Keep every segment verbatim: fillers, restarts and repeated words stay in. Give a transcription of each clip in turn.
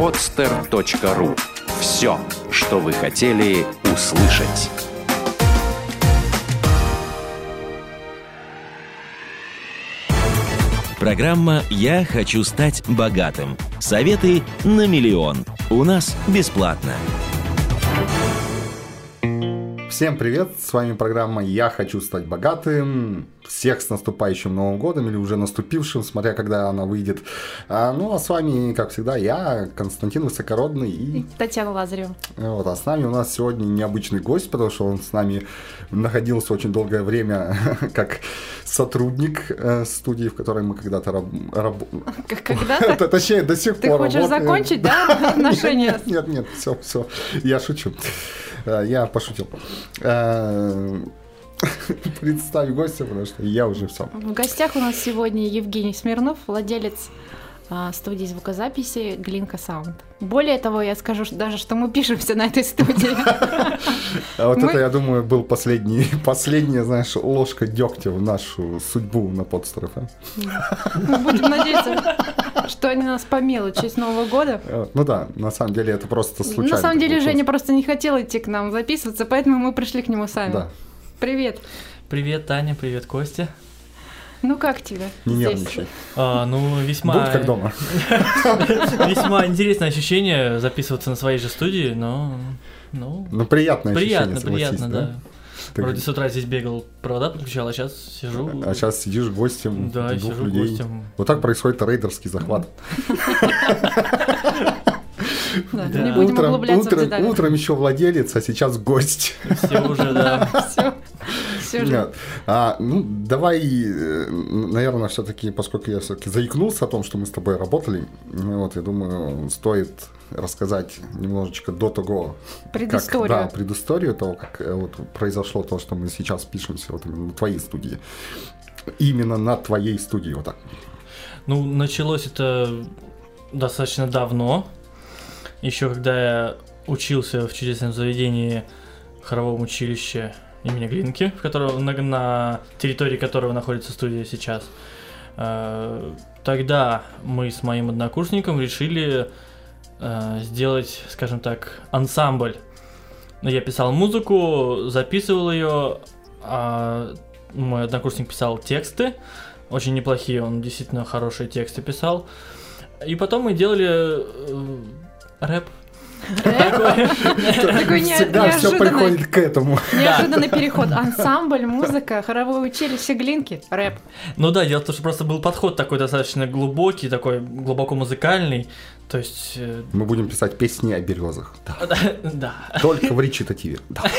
подстер точка ру. Все, что вы хотели услышать. Программа «Я хочу стать богатым». Советы на миллион. У нас бесплатно. Всем привет, с вами программа «Я хочу стать богатым». Всех с наступающим Новым годом или уже наступившим, смотря когда она выйдет. А, ну, а с вами, как всегда, я, Константин Высокородный и... Татьяна Лазарева. Вот, а с нами у нас сегодня необычный гость, потому что он с нами находился очень долгое время как сотрудник э, студии, в которой мы когда-то работали. Как когда-то? Точнее, до сих пор. Ты хочешь закончить, да, отношения? Нет, нет, все, все, я шучу. Я пошутил. Представь гостя, потому что я уже все. В гостях у нас сегодня Евгений Смирнов, владелец а, студии звукозаписи Глинка Саунд. Более того, я скажу даже, что мы пишемся на этой студии. А вот это, я думаю, был последний, последняя, знаешь, ложка дегтя в нашу судьбу на Подстер эф эм. Мы будем надеяться, что они нас помилуют в честь Нового года. Ну да, на самом деле это просто случайно. На самом деле Женя просто не хотел идти к нам записываться, поэтому мы пришли к нему сами. Да. Привет. Привет, Таня, привет, Костя. Ну как тебе? Не здесь? нервничай. А, ну, весьма... Будь как дома. Весьма интересное ощущение записываться на своей же студии, но... Ну, ну приятное приятно, ощущение, приятно, да. да. Ты... Вроде с утра здесь бегал, провода подключал, а сейчас сижу... А сейчас сидишь гостем да, двух сижу людей. Гостем. Вот так происходит рейдерский захват. Да, да. Не будем утром, углубляться утром, в детали. Утром еще владелец, а сейчас гость. Все уже, да. Все. Все же. Нет. А, ну, давай, наверное, все-таки, поскольку я все-таки заикнулся о том, что мы с тобой работали, вот, я думаю, стоит рассказать немножечко до того, предысторию. Как, да, предысторию того, как вот, произошло то, что мы сейчас пишемся вот, именно на твоей студии. Именно на твоей студии, вот так. Ну, началось это достаточно давно. Еще когда я учился в чудесном заведении хоровом училище имени Глинки, в котором, на, на территории которого находится студия сейчас. Тогда мы с моим однокурсником решили сделать, скажем так, ансамбль. Я писал музыку, записывал ее, а мой однокурсник писал тексты, очень неплохие, он действительно хорошие тексты писал. И потом мы делали рэп. Такой всегда все приходит к этому. Неожиданный переход. Ансамбль, музыка, хоровое училище Глинки, рэп. Ну да, дело в том, что просто был подход такой достаточно глубокий, такой глубоко музыкальный. То есть... Мы будем писать песни о березах. Да. Только в речитативе.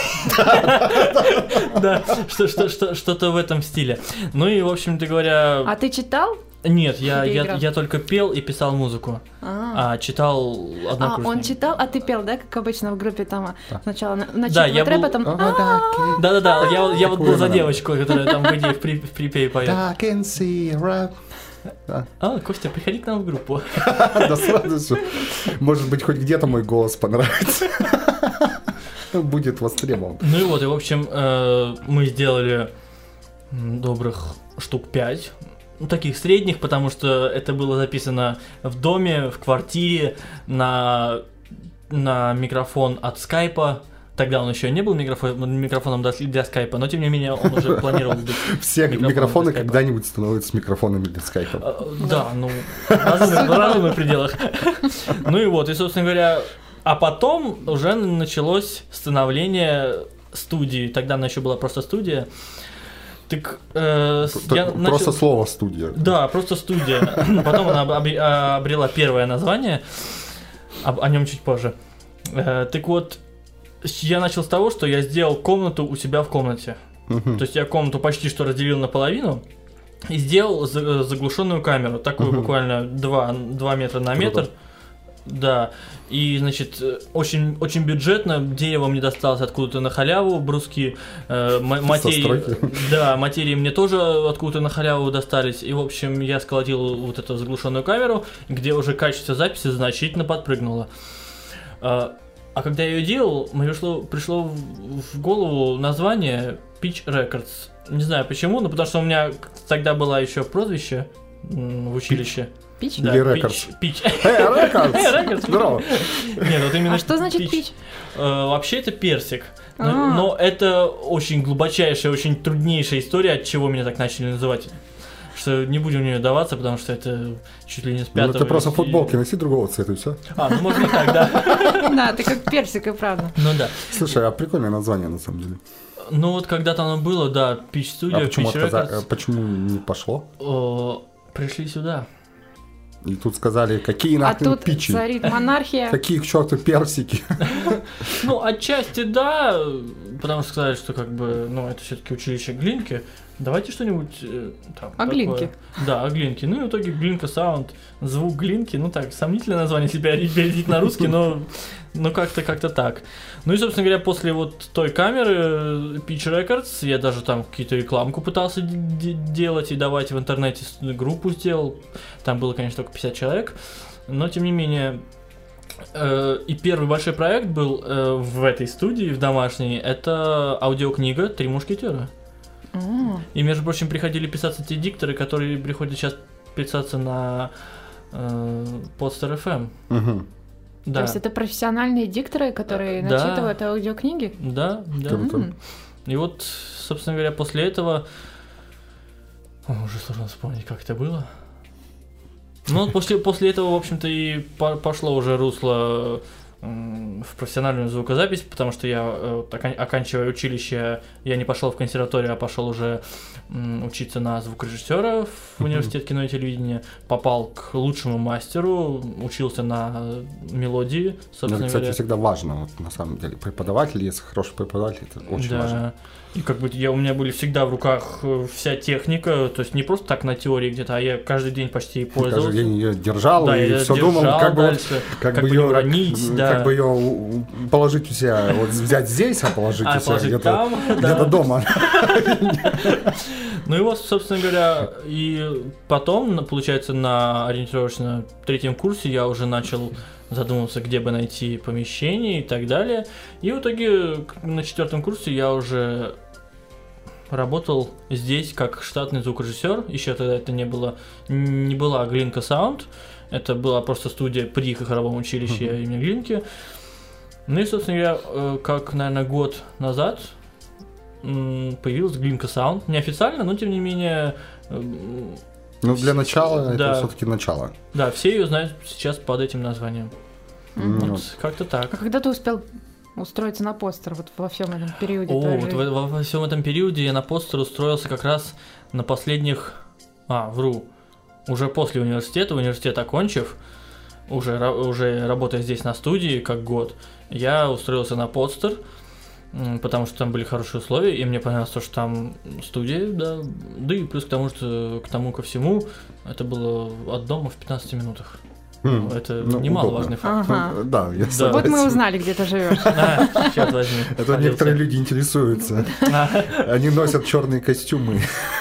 Да, что-то в этом стиле. Ну и, в общем-то говоря... А ты читал? Нет, я, я, я только пел и писал музыку, а, а читал однокурсник. А, он читал, а ты пел, да, как обычно в группе там да. Сначала начитывает да, я рэп, был... потом... Да-да-да, я, я вот был за девочку, которая там в идее в припеве поет. А, Костя, приходи к нам в группу. Да сразу. Может быть, хоть где-то мой голос понравится. Будет востребован. Ну и вот, и в общем, мы сделали добрых штук пять. Ну, таких средних, потому что это было записано в доме, в квартире, на, на микрофон от скайпа. Тогда он еще не был микрофон, микрофоном для, для скайпа, но тем не менее он уже планировал быть. Все микрофоны когда-нибудь становятся микрофонами для скайпа. Да, ну, в разумных пределах. Ну и вот, и, собственно говоря, а потом уже началось становление студии. Тогда она еще была просто студия. Так, э, я просто начал... слово студия. Да, просто студия. Потом она обрела первое название, о нем чуть позже. Так вот, я начал с того, что я сделал комнату у себя в комнате. Uh-huh. То есть я комнату почти что разделил наполовину и сделал заглушенную камеру, такую uh-huh. буквально два метра на метр. Да, и, значит, очень, очень бюджетно, дерево мне досталось откуда-то на халяву, бруски, э, материи, да, материи мне тоже откуда-то на халяву достались, и, в общем, я сколотил вот эту заглушенную камеру, где уже качество записи значительно подпрыгнуло. А, а когда я ее делал, мне пришло, пришло в, в голову название Pitch Records. Не знаю почему, но потому что у меня тогда было еще прозвище в училище. Пич? Да, Или пич. Records? Пич. Эй, Рекордс! Эй, Records. Здорово! Нет, вот именно А что значит пич? Э, Вообще это персик. Но, А. но это очень глубочайшая, очень труднейшая история, от чего меня так начали называть. Что не будем в нее даваться, потому что это чуть ли не с пятого. Ну ты просто и- футболки носи другого цвета и все. А, ну можно и так, да. Да, ты как персик, и правда. Ну да. Слушай, а прикольное название на самом деле. Ну вот когда-то оно было, да, Pitch А Studio, почему, Pitch отказа- Records, э, почему не пошло? о, пришли сюда. И тут сказали, какие А нахрен тут пичи, царит монархия. какие к черту персики. Ну, отчасти да, потому что сказали, что как бы, ну, это все-таки училище Глинки. Давайте что-нибудь э, там. О такое. Глинке. Да, о Глинке. Ну и в итоге Глинка Саунд, звук Глинки, ну так, сомнительное название, если переводить на русский, но ну как-то как-то так. Ну и, собственно говоря, после вот той камеры э, Pitch Records, я даже там какие-то рекламку пытался д- д- делать и давать в интернете, с- группу сделал. Там было, конечно, только пятьдесят человек, но тем не менее. Э, И первый большой проект был э, в этой студии, в домашней, это аудиокнига «Три мушкетера». М. И, между прочим, приходили писаться те дикторы, которые приходят сейчас писаться на э, Podster эф эм. Мгм. То Да. есть это профессиональные дикторы, которые Да. начитывают аудиокниги? Да, да. Круто. М. И вот, собственно говоря, после этого... О, уже сложно вспомнить, как это было. Ну, вот после, после этого, в общем-то, и по- пошло уже русло м, в профессиональную звукозапись, потому что я, э, окан- оканчивая училище, я не пошел в консерваторию, а пошел уже м, учиться на звукорежиссера в Мгм. университет кино и телевидения, попал к лучшему мастеру, учился на мелодии, Это, собственно кстати, говоря. всегда важно, вот, на самом деле. Преподаватель, если хороший преподаватель, это очень Да. важно. И как бы я, у меня были всегда в руках э, вся техника, то есть не просто так на теории где-то, а я каждый день почти пользовался. Каждый день ее держал Да, и я все держал думал, как бы, вот, дальше, как как бы бы не ее, уронить, да. как бы ее у- у- положить у себя, вот взять здесь, а положить а у себя положить где-то, там, где-то да. дома. Ну и вот, собственно говоря, и потом, на- получается, на ориентировочно третьем курсе я уже начал задумываться, где бы найти помещение и так далее. И в итоге к- на четвертом курсе я уже работал здесь как штатный звукорежиссер. Еще тогда это не было, не была Глинка Sound. Это была просто студия при их хоровом училище Мгм. имени Глинки. Ну и, собственно говоря, э, как, наверное, год назад м, появилась Глинка Sound. Неофициально, но тем не менее, м, Ну, для начала Да. это все-таки начало. да, все ее знают сейчас под этим названием. Мгм. Ну, Вот, как-то так. А когда ты успел устроиться на постер вот во всем этом периоде? О, твоей вот жизни? во, во- во всем этом периоде я на постер устроился как раз на последних... А, вру. Уже после университета, университет окончив, уже, ра- уже работая здесь на студии как год, я устроился на постер, м, потому что там были хорошие условия, и мне понравилось то, что там студия, да, да и плюс к тому, что к тому ко всему, это было от дома в пятнадцати минутах. М, Это ну, немаловажный удобно. факт. Ага. Ну, да, я Да. согласен. Вот мы узнали, где ты живешь. А, черт возьми. Это Палился. некоторые люди интересуются. А, Они носят черные костюмы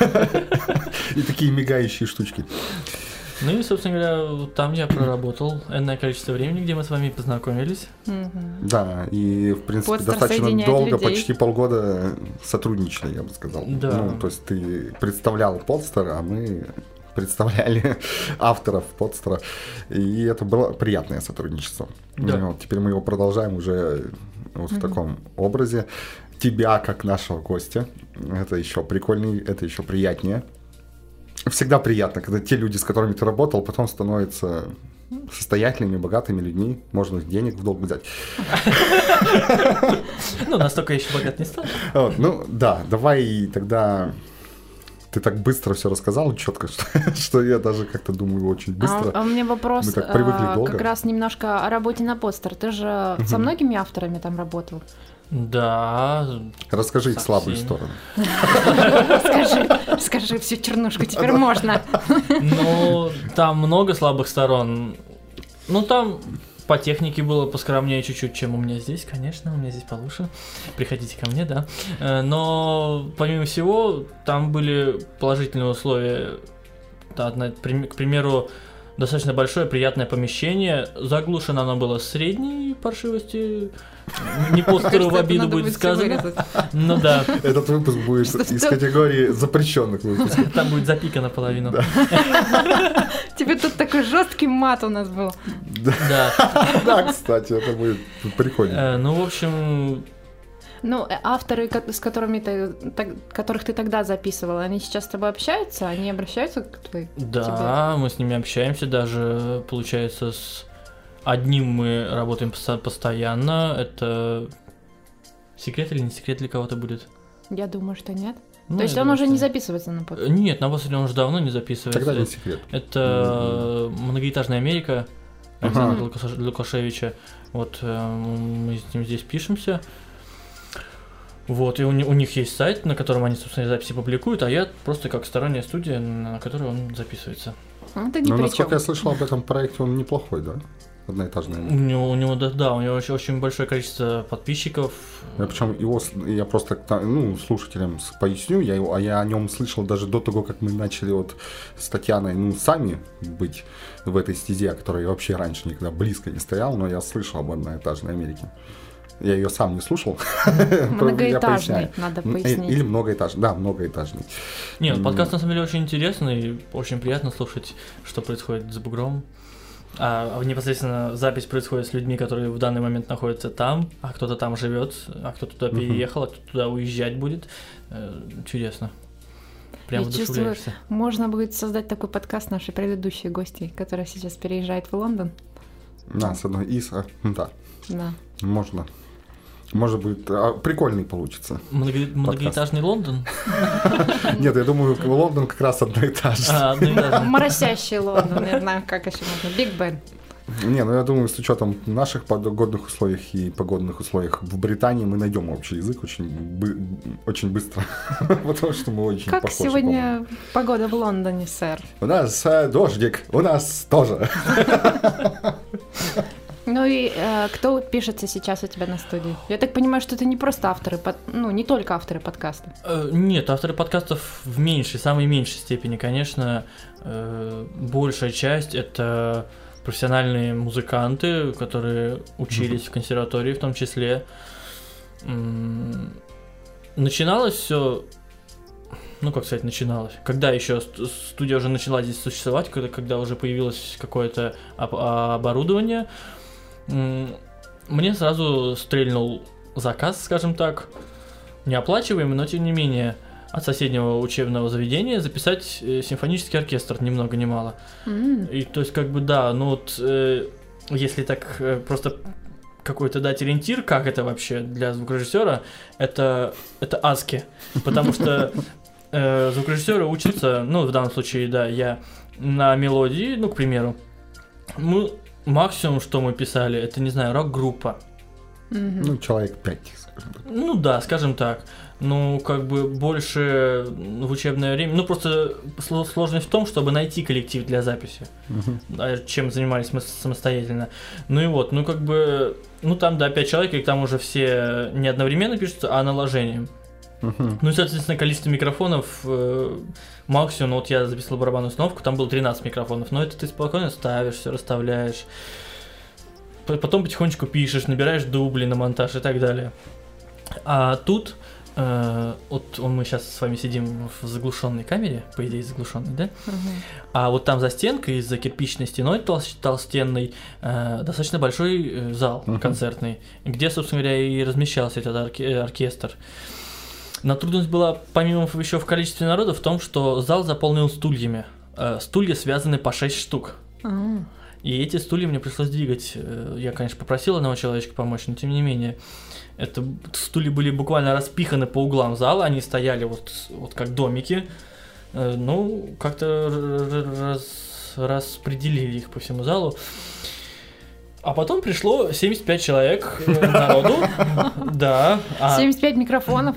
и такие мигающие штучки. Ну и, собственно говоря, там я проработал энное количество времени, где мы с вами познакомились. Мгм. Да, и в принципе Подстер достаточно соединяет долго, людей. почти полгода сотрудничали, я бы сказал. Да. Ну, то есть ты представлял Подстер, а мы представляли авторов Подстера, и это было приятное сотрудничество. Да. Ну, вот теперь мы его продолжаем уже вот в Мгм. таком образе. Тебя как нашего гостя, это еще прикольнее, это еще приятнее. Всегда приятно, когда те люди, с которыми ты работал, потом становятся состоятельными, богатыми людьми, можно их денег в долг взять. Ну, настолько я еще богат не стал. Вот, ну да, давай тогда. Ты так быстро все рассказал, четко, что, что я даже как-то думаю очень быстро. А, а у меня вопрос Мы так привыкли а, долго. как раз немножко о работе на постер. Ты же со Мгм. многими авторами там работал? Да. Расскажи их со слабую всеми. сторону. Скажи, скажи всю чернушку, теперь можно. Ну, там много слабых сторон. Ну, там по технике было поскромнее чуть-чуть, чем у меня здесь, конечно, у меня здесь получше. Приходите ко мне, да. Э, Но, помимо всего, там были положительные условия. Да, одна- прим- К примеру, достаточно большое приятное помещение. Заглушено оно было средней паршивости, не постеру в обиду будет сказано. Ну да. Этот выпуск будет из категории запрещенных выпусков. Там будет запика наполовину. Тебе тут такой жесткий мат у нас был. Да. Да, кстати, это будет прикольно. Ну, в общем... Ну, авторы, с которыми ты, которых ты тогда записывал, они сейчас с тобой общаются? Они обращаются к тебе? Да, мы с ними общаемся, даже, получается, с одним мы работаем постоянно. Это секрет или не секрет для кого-то будет? Я думаю, что нет. Ну, То есть он уже не записывается на подкаст? Нет, на подкасте он уже давно не записывается. Тогда не секрет. Это mm-hmm. «Многоэтажная Америка» Александра uh-huh. Лукашевича. Вот мы с ним здесь пишемся. Вот, и у, у них есть сайт, на котором они, собственно, записи публикуют, а я просто как сторонняя студия, на которой он записывается. Ну, это ни Но, при насколько чем. я слышал об этом проекте, он неплохой, да? Одноэтажный. У него, у него да, да, у него очень, очень большое количество подписчиков. Я, причем его, я просто, ну, слушателям поясню, я, его, а я о нем слышал даже до того, как мы начали вот с Татьяной, ну, сами быть в этой стезе, о которой я вообще раньше никогда близко не стоял, но я слышал об Одноэтажной Америке. Я ее сам не слушал. Многоэтажный, надо пояснить. Или многоэтажный, да, многоэтажный. Нет, подкаст на самом деле очень интересный, очень приятно слушать, что происходит за бугром. А непосредственно запись происходит с людьми, которые в данный момент находятся там, а кто-то там живет, а кто-то туда переехал, а кто-то туда уезжать будет. Чудесно. Прям вдохновляешься. Можно будет создать такой подкаст нашей предыдущей гости, которая сейчас переезжает в Лондон. Да, с одной из, да. Да. Можно. Может быть, а, прикольный получится. Много, многоэтажный Лондон? Нет, я думаю, Лондон как раз одноэтажный. А, одноэтажный. Моросящий Лондон, не знаю, как еще можно. Биг Бен. Не, ну я думаю, с учетом наших погодных условий и погодных условиях в Британии мы найдем общий язык очень, бы, очень быстро, потому что мы очень как похожи. Как сегодня погода в Лондоне, сэр? У нас э, дождик, у нас тоже. Ну и э, кто пишется сейчас у тебя на студии? Я так понимаю, что это не просто авторы, под... ну не только авторы подкаста. Э, нет, авторы подкастов в меньшей, самой меньшей степени, конечно. Э, большая часть это профессиональные музыканты, которые учились mm-hmm. в консерватории в том числе. М-м- начиналось все, ну как сказать, начиналось. Когда еще студия уже начала здесь существовать, когда, когда уже появилось какое-то об- оборудование. Мне сразу стрельнул заказ, скажем так, неоплачиваемый, но тем не менее от соседнего учебного заведения записать симфонический оркестр ни много ни мало. Mm. И то есть как бы да, ну вот э, если так э, просто какой-то дать ориентир, как это вообще для звукорежиссера, это это адски, потому что э, звукорежиссеры учатся, ну в данном случае да, я на мелодии, ну к примеру, мы максимум, что мы писали, это, не знаю, рок-группа. Mm-hmm. Ну, человек пять, скажем так. Ну да, скажем так. Ну, как бы больше в учебное время... Ну, просто сложность в том, чтобы найти коллектив для записи, mm-hmm. чем занимались мы самостоятельно. Ну и вот, ну как бы... Ну там, да, пять человек, и там уже все не одновременно пишутся, а наложением. Uh-huh. Ну и, соответственно, количество микрофонов э, максимум, ну, вот я записывал барабанную установку, там было тринадцать микрофонов, но это ты спокойно ставишь, все расставляешь, потом потихонечку пишешь, набираешь дубли на монтаж и так далее. А тут, э, вот мы сейчас с вами сидим в заглушенной камере, по идее заглушенной, да? Uh-huh. А вот там за стенкой, за кирпичной стеной тол- толстенной, э, достаточно большой зал uh-huh. концертный, где, собственно говоря, и размещался этот орке- оркестр. Но трудность была, помимо еще в количестве народа, в том, что зал заполнен стульями. Э, стулья связаны по шесть штук. Mm. И эти стулья мне пришлось двигать. Я, конечно, попросил одного человечка помочь, но тем не менее. Это стулья были буквально распиханы по углам зала, они стояли вот, вот как домики. Э, ну, как-то раз, распределили их по всему залу. А потом пришло семьдесят пять человек народу, да. семьдесят пять микрофонов?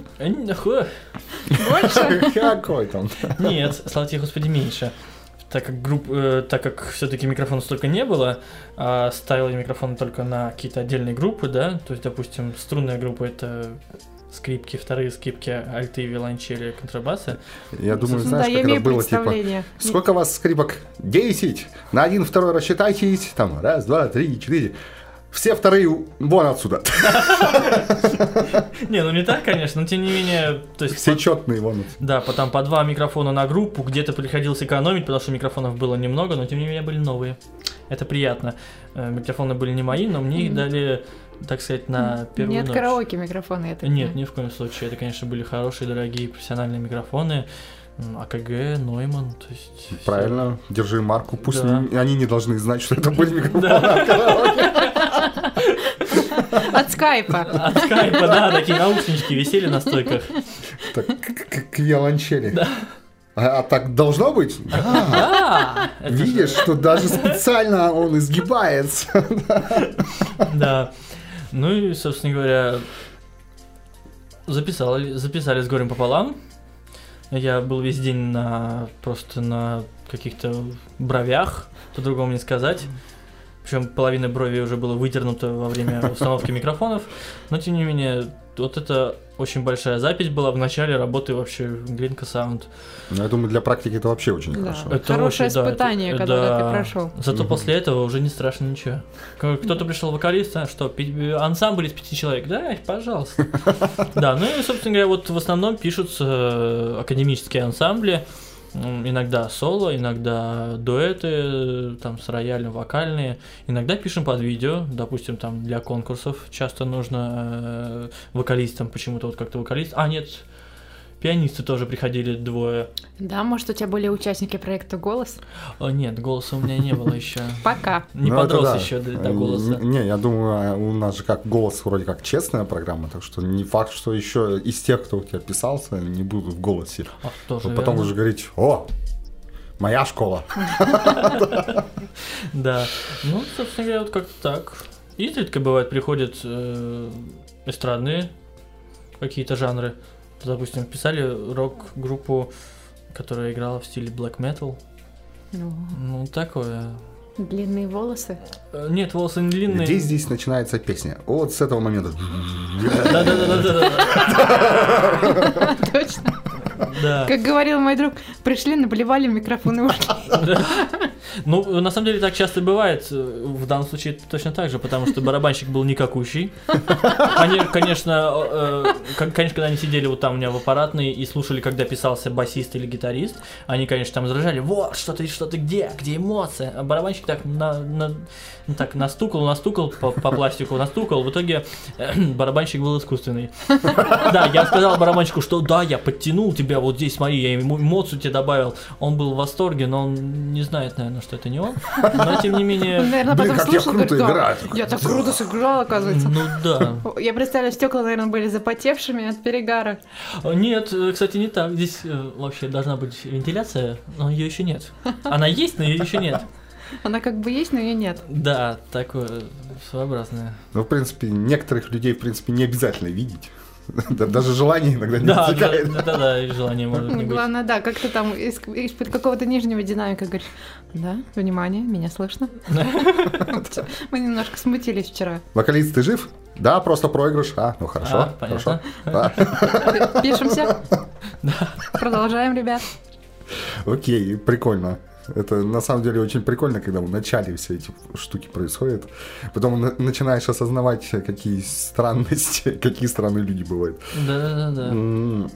Больше? Какой там? Нет, слава тебе, Господи, меньше. Так как, групп, э, так как все-таки микрофонов столько не было, а ставили микрофоны только на какие-то отдельные группы, да, то есть, допустим, струнная группа — это скрипки, вторые скрипки, альты, виолончели, контрабасы. Я думаю, да, знаешь, я как это было, типа, сколько у вас скрипок? десять, на один, второй рассчитайтесь, там, раз, два, три, четыре. Все вторые вон отсюда. Не, ну не так, конечно, но тем не менее... То есть, Все по- четные вон отсюда. Да, потом по два микрофона на группу, где-то приходилось экономить, потому что микрофонов было немного, но тем не менее были новые. Это приятно. Э, Микрофоны были не мои, но мне их Мгм. дали, так сказать, на первую Нет ночь. караоке микрофона, я так Нет, понимаю. ни в коем случае. Это, конечно, были хорошие, дорогие, профессиональные микрофоны. М, АКГ, Нойман, то есть... всё. Правильно, держи марку. Пусть Да. не- они не должны знать, что это были микрофоны. От скайпа. От скайпа, да, такие наушнички висели на стойках. Так, к- к- к виолончели. А а так должно быть? Да. Да! это же- Видишь, что даже специально он изгибается. Да. Ну и, собственно говоря, записали, записали с горем пополам. Я был весь день на просто на каких-то бровях, по-другому не сказать. Причем половина брови уже было выдернуто во время установки микрофонов. Но тем не менее, вот это очень большая запись была в начале работы вообще Глинка Саунд. Ну, я думаю, для практики это вообще очень Да. хорошо. Это Хорошее очень, да, испытание, это- которое да. ты прошел. Зато Мгм. после этого уже не страшно ничего. К- Кто-то пришел вокалист, а что, пи- ансамбль из пяти человек? Да, пожалуйста. Да, ну и, собственно говоря, вот в основном пишутся э, академические ансамбли. М, Иногда соло, иногда дуэты, э, там с роялем вокальные. Иногда пишем под видео, допустим, там для конкурсов часто нужно э, вокалистам почему-то вот как-то вокалист. А, нет, пианисты тоже приходили двое. Да, может, у тебя были участники проекта «Голос»? О, нет, голоса у меня не было еще. Пока. Не Ну, это подрос да. еще до, до Э, голоса. Не, я думаю, у нас же как голос вроде как честная программа, так что не факт, что еще из тех, кто у тебя писался, не будут в голосе. А, тоже Вот потом верно. уже говорить: о, моя школа. Да. Ну, собственно говоря, вот как-то так. Изредка бывает приходят э, эстрадные какие-то жанры. Допустим, писали рок-группу, которая играла в стиле black metal. Ну, Ну, такое. длинные волосы. Э, Нет, волосы не длинные. Где здесь начинается песня? Вот с этого момента. Да-да-да-да-да. Точно. Да. Как говорил мой друг, пришли, наблевали в микрофон и ушли. Ну, на самом деле так часто бывает. В данном случае это точно так же, потому что барабанщик был никакущий. Они, конечно, э, как- конечно, когда они сидели вот там у меня в аппаратной и слушали, когда писался басист или гитарист, они, конечно, там возражали: вот, что ты, что ты, где, где эмоция? А барабанщик так, на, на- ну, так настукал, настукал по, по пластику, настукал. В итоге э, барабанщик был искусственный. Да, я сказал барабанщику, что да, я подтянул тебя вот здесь, смотри, я ему эмоцию тебе добавил. Он был в восторге, но он не знает, наверное, что это не он. Но тем не Он, менее, наверное, Блин, потом как я слушал, круто говорит, играю. «Да, я так круто сыграл, оказывается». ну да. Я представляю, стекла, наверное, были запотевшими от перегара. Нет, э, кстати, не так. Здесь э, вообще должна быть вентиляция, но ее еще нет. Она есть, но ее еще нет. Она как бы есть, но ее нет. Да, такое своеобразное. Ну, в принципе, некоторых людей, в принципе, не обязательно видеть. Да, даже желание иногда не Да, да, возникает. да, да, да, и желание может не Ну, быть. главное, да, как ты там из- из-под какого-то нижнего динамика говоришь: да, внимание, меня слышно. Всё. Мы немножко смутились вчера. Вокалист, ты жив? Да, просто проигрыш. А, ну хорошо, А, понятно. хорошо. Да. Пишемся. Продолжаем, ребят. Окей, прикольно. Это на самом деле очень прикольно, когда в начале все эти штуки происходят. Потом на- начинаешь осознавать, какие странности, какие странные люди бывают. Да, да, да. М,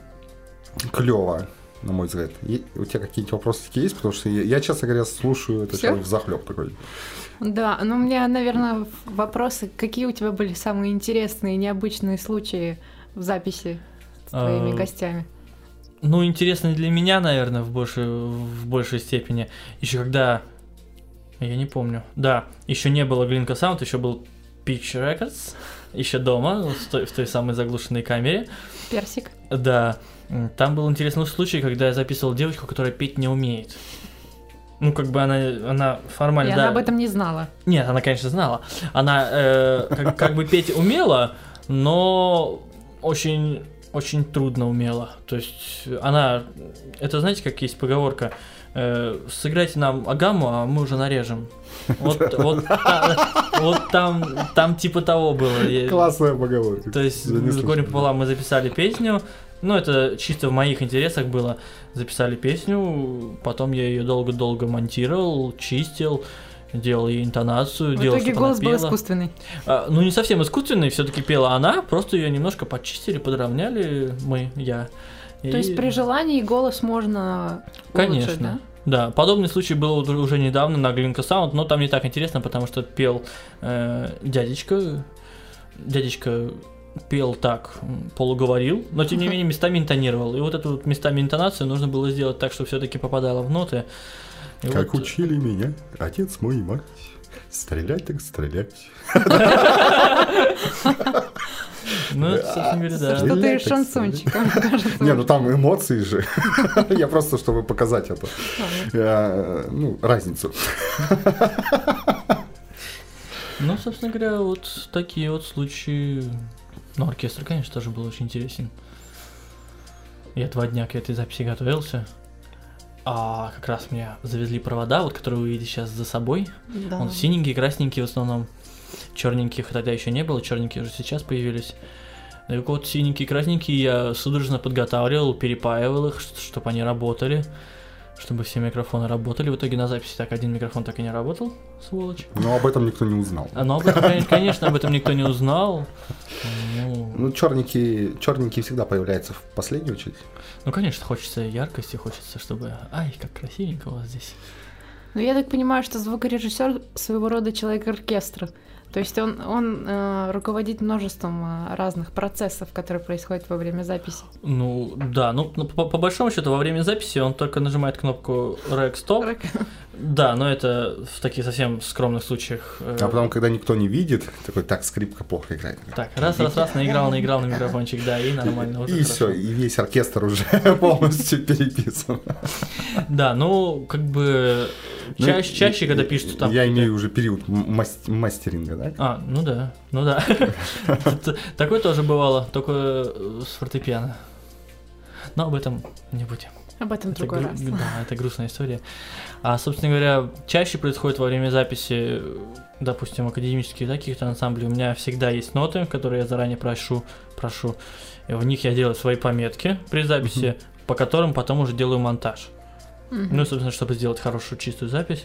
Клево, на мой взгляд. И у тебя какие-то вопросики есть? Потому что я, я, честно говоря, слушаю это Всё? все взахлеб такой. Да, ну у меня, наверное, вопросы. Какие у тебя были самые интересные, необычные случаи в записи с твоими А, гостями? Ну, интересно для меня, наверное, в большей, в большей степени. Еще когда... Я не помню. Да, еще не было Глинка Sound, еще был Pitch Records. Еще дома, вот в той, в той самой заглушенной камере. Персик? Да. М, Там был интересный случай, когда я записывал девочку, которая петь не умеет. Ну, как бы она, она формально... И да. она об этом не знала. Нет, она, конечно, знала. Она э, как, как бы петь умела, но очень, очень трудно умела. То есть она... Это, знаете, как есть поговорка? Э, сыграйте нам агаму, а мы уже нарежем. Вот, вот, та- вот там, там типа того было. Я- Классная поговорка. То есть Я не с слышал. горем пополам мы записали песню. Ну, это чисто в моих интересах было. Записали песню, потом я ее долго-долго монтировал, чистил. делал ей интонацию, В делал, итоге чтобы она голос был пела. искусственный. А, ну, не совсем искусственный, все-таки пела она, просто ее немножко подчистили, подровняли мы, я. То И- есть при желании голос можно улучшить, Конечно. да? Да, подобный случай был уже- уже недавно на Глинка Саунд, но там не так интересно, потому что пел э, дядечка. Дядечка пел так, м, полуговорил, но тем не менее местами интонировал. И вот эту вот местами интонацию нужно было сделать так, чтобы все-таки попадало в ноты. И Как вот- учили меня отец мой и мать. Стрелять так стрелять. Ну, это, собственно говоря, да. Что-то Стрелять из так шансончика, мне кажется. Не, ну там эмоции же. Я просто, чтобы показать это. Ладно. э, Ну, разницу. Ну, собственно говоря, вот такие вот случаи. Ну, оркестр, конечно, тоже был очень интересен. Я два дня к этой записи готовился. А как раз мне завезли провода, вот которые вы видите сейчас за собой. Да. Он синенький, красненький в основном. Черненьких тогда еще не было, черненькие уже сейчас появились. И вот синенький, красненький я судорожно подготавливал, перепаивал их, чтобы они работали, чтобы все микрофоны работали. В итоге на записи так один микрофон так и не работал, сволочь. Но об этом никто не узнал. А, Но об этом, кон- конечно, об этом никто не узнал. Ну, Ну, черненький, черненький всегда появляется в последнюю очередь. ну, конечно, хочется яркости, хочется, чтобы... Ай, как красивенько у вас здесь. Ну, я так понимаю, что звукорежиссер своего рода человек оркестра. То есть он, он э, руководит множеством э, разных процессов, которые происходят во время записи. Ну, да, ну, ну, по, по большому счету, во время записи он только нажимает кнопку Rec Stop. Да, но это в таких совсем скромных случаях. э, А потом, когда никто не видит, такой, так, скрипка плохо играет. Так, раз, раз, раз, наиграл, наиграл на микрофончик, да, и нормально. уже И хорошо. все, и весь оркестр уже полностью переписан. Да, ну, как бы, Ну, чаще, и- чаще, когда и- пишут там... Я какие-то- имею уже период м- мас- мастеринга, да? А, ну да, ну да. Тут Такое тоже бывало, только э, с фортепиано. Но об этом не будем. Об этом в Это другой гру- раз. Да, это грустная история. А, собственно говоря, чаще происходит во время записи, допустим, академических каких-то ансамблей. У меня всегда есть ноты, которые я заранее прошу, прошу. И в них я делаю свои пометки при записи, по которым потом уже делаю монтаж. Мгм. Ну, собственно, чтобы сделать хорошую чистую запись.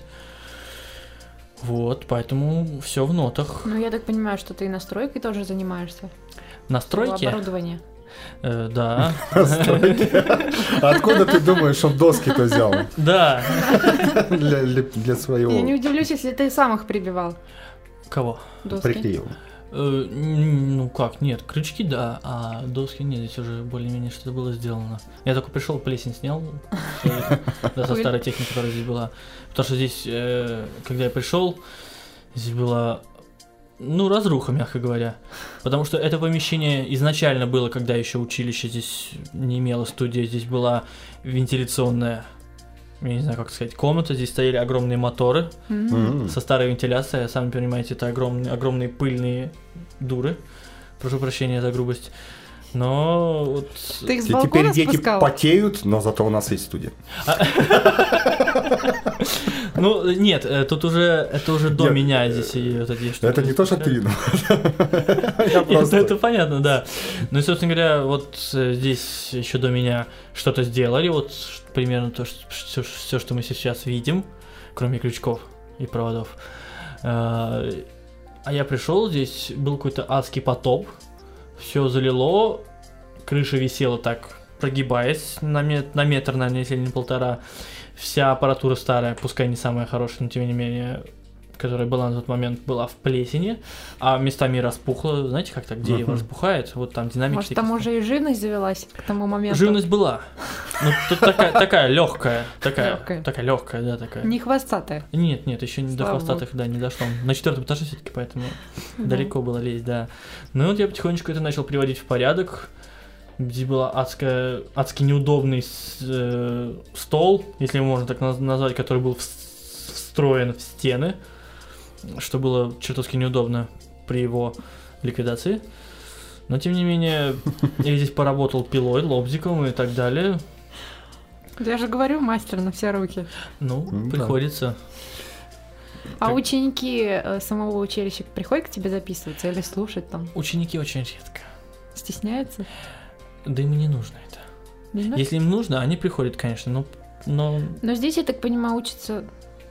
Вот, поэтому все в нотах. Ну, я так понимаю, что ты и настройкой тоже занимаешься. Настройки. Оборудование. Э, да. Откуда ты думаешь, он доски-то взял Да. для, для, для своего? Я не удивлюсь, если ты сам их прибивал. Кого? Доски. Приклеил. Э, н- ну как, нет, крючки, да, а доски нет, здесь уже более-менее что-то было сделано. Я только пришел, плесень снял, э, да, со старой техники, которая здесь была. Потому что здесь, э, когда я пришел, здесь была, ну, разруха, мягко говоря. Потому что это помещение изначально было, когда еще училище здесь не имело студии, здесь была вентиляционная, я не знаю, как сказать, комната, здесь стояли огромные моторы, М. М. со старой вентиляцией, сами понимаете, это огромные, огромные пыльные дуры. Прошу прощения за грубость. Но вот... Ты их с Те- Теперь балкона дети спускал? потеют, но зато у нас есть студия. Ну, нет, э, тут уже, это уже до Нет, меня э, здесь и вот эти штуки. Это не то, что ты виноват. Я Нет, просто... это понятно, да. Ну и, собственно говоря, вот э, здесь еще до меня что-то сделали, вот ш- примерно то, все, что мы сейчас видим, кроме крючков и проводов. А а я пришел, здесь был какой-то адский потоп, все залило, крыша висела так, прогибаясь на, мет- на метр, наверное, если не полтора. Вся аппаратура старая, пускай не самая хорошая, но тем не менее, которая была на тот момент, была в плесени, а местами распухла. Знаете, как так дерево Мгм. распухает? Вот там динамик. Может, там уже и живность завелась к тому моменту? Живность была. Ну, тут такая, такая легкая, такая, Лёгкая. такая легкая, да, такая. Не хвостатая. Нет, нет, еще не до Слава хвостатых, да, не дошло. На четвертом этаже все-таки, поэтому далеко было лезть, да. Ну и вот я потихонечку это начал приводить в порядок. Здесь был адская, адски неудобный с- э, стол, если его можно так наз- назвать, который был вс- встроен в стены, что было чертовски неудобно при его ликвидации. Но тем не менее, я здесь поработал пилой, лобзиком и так далее. Я же говорю, мастер на все руки. Ну, М, да. приходится. А Как- ученики э, самого училища приходят к тебе записываться или слушать там? Ученики очень редко. Стесняются? Да им и не нужно это. Не знаю. Если им нужно, они приходят, конечно, но, но Но здесь, я так понимаю, учатся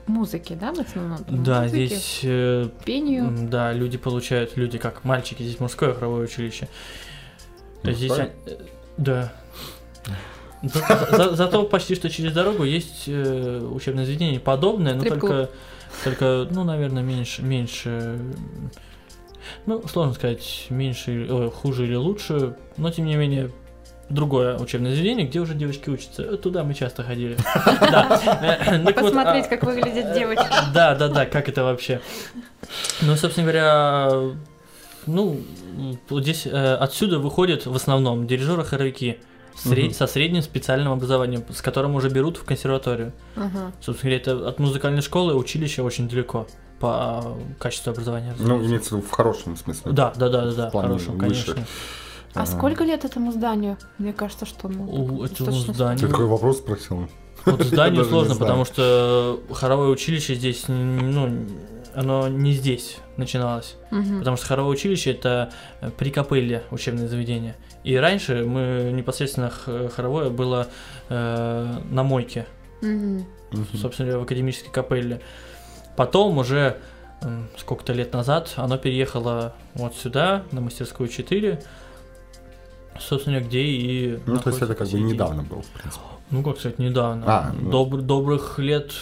музыке, да, в основном? Да, Музыке, здесь... э, пению. м, Да, люди получают, люди как мальчики, здесь мужское хоровое училище. Здесь... Мужское? они- э, Да. За- за- Зато почти что через дорогу есть э, учебное заведение подобное, но Стрип-клуб. только, только, ну, наверное, меньше, меньше, ну, сложно сказать, меньше, ой, хуже или лучше, но тем не менее другое учебное заведение, где уже девочки учатся. Туда мы часто ходили. Да. Так вот, Посмотреть, а, как выглядят девочки. Да, да, да, как это вообще. Ну, собственно говоря, ну, вот здесь э, отсюда выходят в основном дирижеры-хоровики сред- Мгм. со средним специальным образованием, с которым уже берут в консерваторию. Ага. Собственно говоря, это от музыкальной школы училище очень далеко по качеству образования. Ну, имеется в виду в хорошем смысле. Да, да, да, да, да, В плане хорошем, выше. конечно. А сколько лет этому зданию? Мне кажется, что ну, У так этому достаточно зданию- Ты такой вопрос спросил? Вот зданию Даже не сложно, знаю. потому что хоровое училище здесь, ну, оно не здесь начиналось. Мгм. Потому что хоровое училище это э, при капелле учебное заведение. И раньше мы непосредственно х- хоровое было э, на мойке, Мгм. Мгм. собственно говоря, в академической капелле. Потом уже м, сколько-то лет назад оно переехало вот сюда, на мастерскую четыре, собственно, где и... Ну, то есть находится это как по бы сей день. недавно было, в принципе. Ну, как сказать, недавно. А, ну. Добр- добрых лет,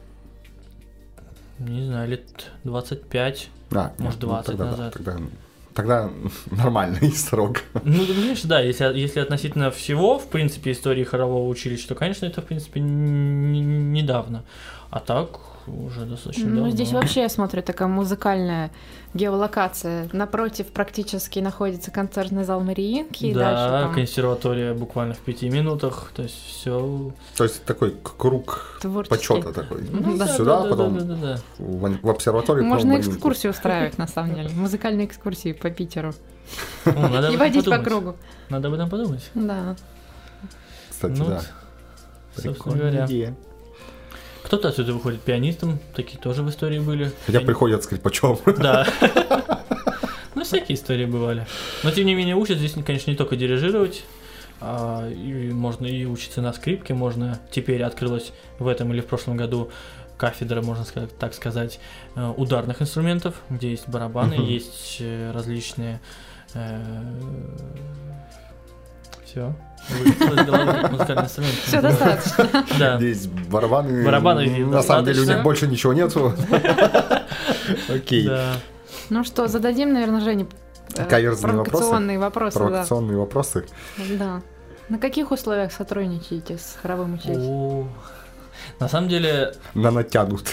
не знаю, лет двадцать пять. А, Может, ну, двадцать тогда да, назад. Тогда, тогда нормальный срок. Ну, ты понимаешь, да, если, если относительно всего, в принципе, истории хорового училища, то, конечно, это, в принципе, н- н- недавно. А так, уже достаточно Ну, давно. здесь вообще, я смотрю, такая музыкальная геолокация. Напротив практически находится концертный зал Мариинки. И Да, дальше там консерватория буквально в пяти минутах, то есть все. То есть такой к- круг творческий. почета такой. Ну, да. Сюда, потом Да, да, да, да. в, в обсерваторию. потом Можно в Мариинку. экскурсию устраивать, на самом деле. Музыкальные экскурсии по Питеру. О, надо об И этом водить по подумать. кругу. Надо об этом подумать. Да. Кстати, Ну да. вот, собственно Прикольная говоря. идея. Кто-то отсюда выходит пианистом, такие тоже в истории были. Хотя Я- приходят скрипачом. Да. Ну, всякие истории бывали. Но, тем не менее, учат здесь, конечно, не только дирижировать, а, и можно и учиться на скрипке, можно... Теперь открылась в этом или в прошлом году кафедра, можно сказать, так сказать, э, ударных инструментов, где есть барабаны, Мгм. есть э, различные... Все. Музыкальные инструменты. Все достаточно. Да. Здесь барабаны. Барабаны На самом деле у них достаточно. больше ничего нету. Окей. Да. Ну что, зададим, наверное, Жене э, Каверзные вопросы? провокационные вопросы. да. Провокационные вопросы. Да. На каких условиях сотрудничаете с хоровым училищем? О, На самом деле, На натянут.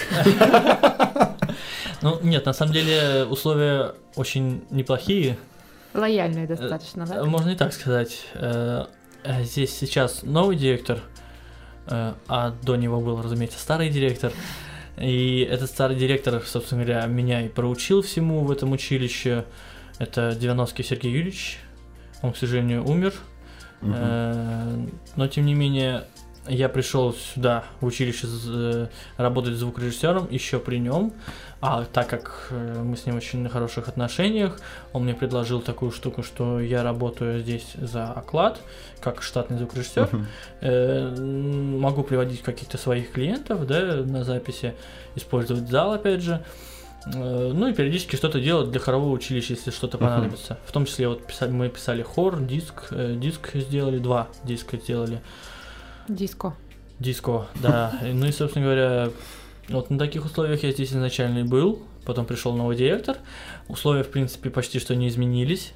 ну нет, на самом деле условия очень неплохие. Лояльные достаточно, Э, да? Можно и так сказать. Э, э, Здесь сейчас новый директор, э, а до него был, разумеется, старый директор. И этот старый директор, собственно говоря, меня и проучил всему в этом училище. Это Девяновский Сергей Юрьевич. Он, к сожалению, умер. Мгм. Э, Но, тем не менее, я пришел сюда, в училище, з- работать звукорежиссером еще при нем. А так как э, мы с ним очень на хороших отношениях, он мне предложил такую штуку, что я работаю здесь за оклад, как штатный звукорежиссер. Мгм. Э, м, Могу приводить каких-то своих клиентов, да, на записи, использовать зал, опять же. Э, Ну и периодически что-то делать для хорового училища, если что-то Мгм. понадобится. В том числе вот писали, мы писали хор, диск, э, диск сделали, два диска сделали. Диско. Диско, да. И, Ну и, собственно говоря, вот на таких условиях я здесь изначально и был. Потом пришел новый директор. Условия, в принципе, почти что не изменились.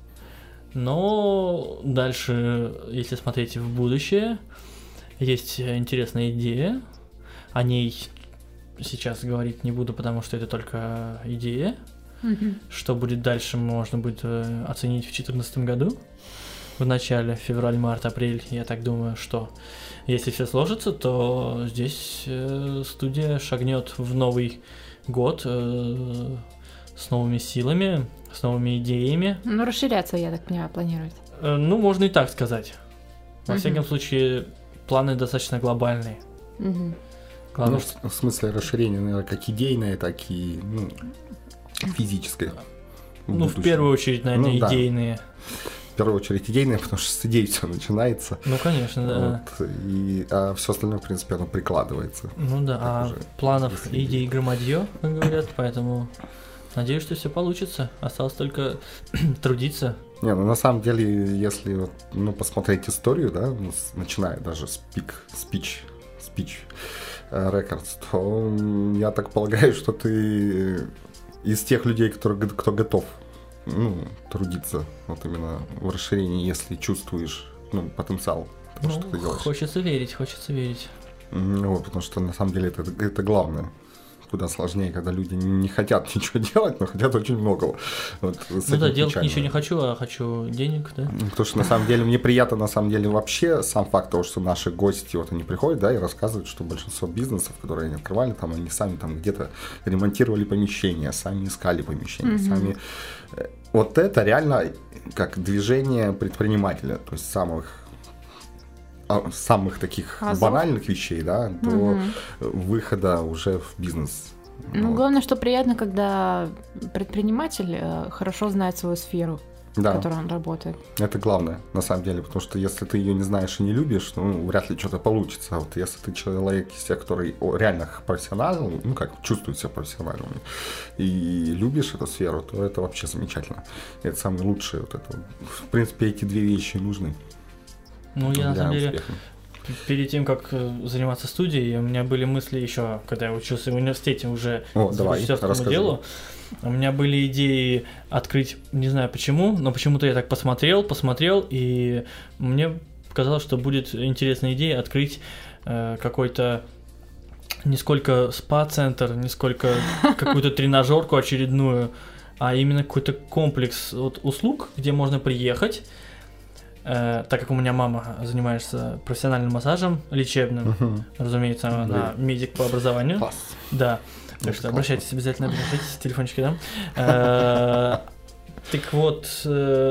Но дальше, если смотреть в будущее, есть интересная идея. О ней сейчас говорить не буду, потому что это только идея. Мгм. Что будет дальше, можно будет э, оценить в две тысячи четырнадцатом году. В начале, февраль, март, апрель. Я так думаю, что если все сложится, то здесь э, студия шагнет в новый год э, с новыми силами, с новыми идеями. Ну, расширяться, я так понимаю, планируете. Э, ну, можно и так сказать. Во Мгм. всяком случае, планы достаточно глобальные. Мгм. Главное, Ну, в в смысле расширения, наверное, как идейное, так и ну, физическое. ну, в первую очередь, наверное, Ну, да. идейные. первую очередь идейное, потому что с идей все начинается. Ну, конечно, да. Вот, и, а все остальное, в принципе, оно прикладывается. Ну да, а уже планов и идей громадье, как говорят, поэтому надеюсь, что все получится. Осталось только трудиться. Не, ну на самом деле, если вот, ну, посмотреть историю, да, ну, с- начиная даже с пик, спич, спич Records, то м, я так полагаю, что ты из тех людей, которые, г- кто готов, ну, трудиться вот именно в расширении, если чувствуешь, ну, потенциал того, Ну, что ты делаешь. хочется верить, хочется верить. М, Вот, потому что на самом деле это, это главное. Куда сложнее, когда люди не хотят ничего делать, но хотят очень много. Вот, с Ну этим да, делать печально. ничего не хочу, а хочу денег, да. Потому что на самом деле мне приятно, на самом деле, вообще сам факт того, что наши гости, вот они приходят, да, и рассказывают, что большинство бизнесов, которые они открывали, там, они сами там где-то ремонтировали помещения, сами искали помещения, Мгм. сами... э, Вот это реально как движение предпринимателя, то есть самых а, самых таких Азов. банальных вещей, да, до Мгм. выхода уже в бизнес. Ну, Вот. главное, что приятно, когда предприниматель э, хорошо знает свою сферу, в Да, которой он работает. это главное, на самом деле, потому что если ты ее не знаешь и не любишь, ну, вряд ли что-то получится. А вот если ты человек из тех, который о, реально профессионал, ну, как, чувствует себя профессиональным, и любишь эту сферу, то это вообще замечательно. Это самое лучшее. Вот это. В принципе, эти две вещи нужны Ну, я на для самом деле, успеха. перед тем, как э, заниматься студией, у меня были мысли еще, когда я учился в университете уже О, давай, режиссерскому расскажи. делу. У меня были идеи открыть, не знаю почему, но почему-то я так посмотрел, посмотрел, и мне показалось, что будет интересная идея открыть э, какой-то не сколько спа-центр, не сколько какую-то тренажерку очередную, а именно какой-то комплекс вот услуг, где можно приехать. Э, так как у меня мама занимается профессиональным массажем лечебным, Мгм. разумеется, она медик по образованию. Класс. Да. Так Это что классно. обращайтесь обязательно, обращайтесь, телефончики дам. Э, Так вот, э,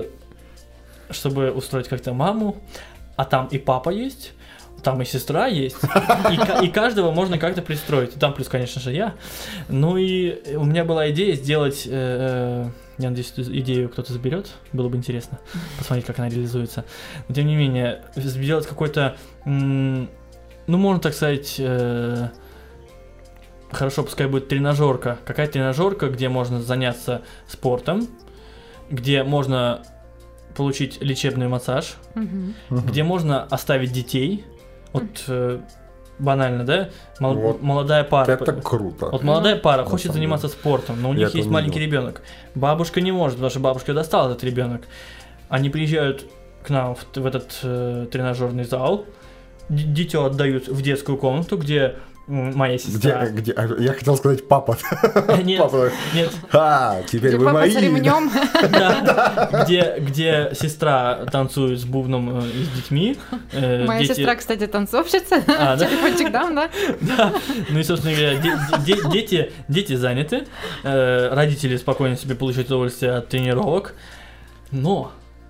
чтобы устроить как-то маму, а там и папа есть, там и сестра есть, и, ка- и каждого можно как-то пристроить. И там плюс, конечно же, я. Ну и у меня была идея сделать, э, я надеюсь, эту идею кто-то заберет, было бы интересно посмотреть, как она реализуется. Но тем не менее, сделать какой-то, м, ну можно так сказать, э, хорошо, пускай будет тренажерка. Какая тренажерка, где можно заняться спортом, где можно получить лечебный массаж, Мгм. Мгм. где можно оставить детей. Вот э, банально, да? Мол- Вот. молодая пара. Это круто. Вот молодая пара На хочет самом заниматься спортом, но у Я них этого есть не маленький видел. ребенок. Бабушка не может, потому что бабушка достал этот ребенок. Они приезжают к нам в, в этот э, тренажерный зал, д- дитё отдают в детскую комнату, где м, моя Где, сестра. где, а, я хотел сказать папа. Нет, Папа. нет, А, теперь Где вы папа мои. с ремнем. да, где, где сестра танцует с бубном э, и с детьми. э, Моя дети- сестра, кстати, танцовщица. А, да? Телефончик дам, да? Да, ну и, собственно говоря, де- де- дети, дети заняты, э, родители спокойно себе получают удовольствие от тренировок, но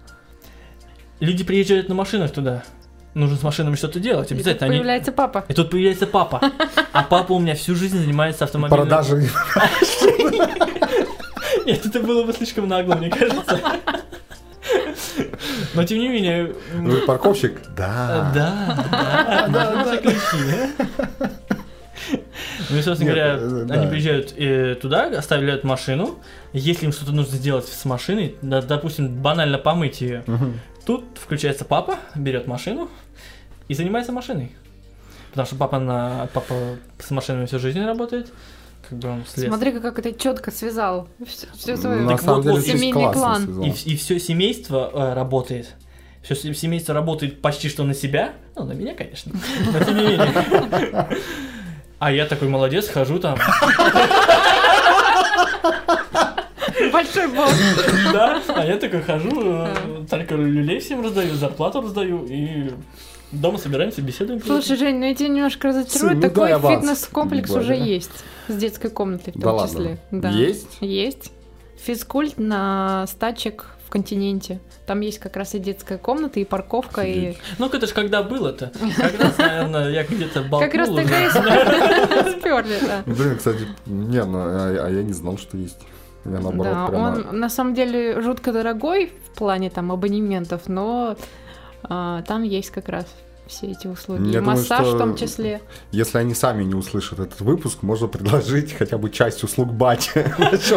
люди приезжают на машинах туда, нужно с машинами что-то делать, И тут обязательно. Они... появляется папа. И тут появляется папа, а папа у меня всю жизнь занимается автомобильным... Продажи. Нет, это было бы слишком нагло, мне кажется. Но тем не менее... м, Вы парковщик? э, Да. Да, да, да, наши ключи. Ну и, собственно Нет, говоря, э, да. они приезжают э, туда, оставляют машину. Если им что-то нужно сделать с машиной, да, допустим, банально помыть ее, Мгм. тут включается папа, берет машину и занимается машиной. Потому что папа, на, папа с машинами всю жизнь работает. Как бы он слез. Смотри-ка, как это четко связал. Все свое. На Так самом вот, деле, вот, здесь семейный классно план. связал. И, и все семейство э, работает. Все семейство работает почти что на себя. Ну, на меня, конечно. Но тем не менее. А я такой молодец, хожу там. Большой босс. Да, а я такой хожу, э, только люлей всем раздаю, зарплату раздаю, и дома собираемся, беседуем. Слушай, Жень, ну я тебя немножко разочарую. Сын, ну Такой дай аванс. фитнес-комплекс Ебать, уже да. есть. С детской комнатой в Да том ладно. числе. Да. Есть? Есть. Физкульт на стачек в континенте. Там есть как раз и детская комната, и парковка, и... Офигеть. Ну, это ж когда было-то? Как раз, наверное, я где-то болтнул Как раз уже. тогда и сперли, да. Блин, кстати, не, ну, а, а я не знал, что есть. Я наоборот Да, прямо... он на самом деле жутко дорогой в плане там абонементов, но а, там есть как раз все эти услуги. Я И думаю, массаж что в том числе. Если они сами не услышат этот выпуск, можно предложить хотя бы часть услуг бате.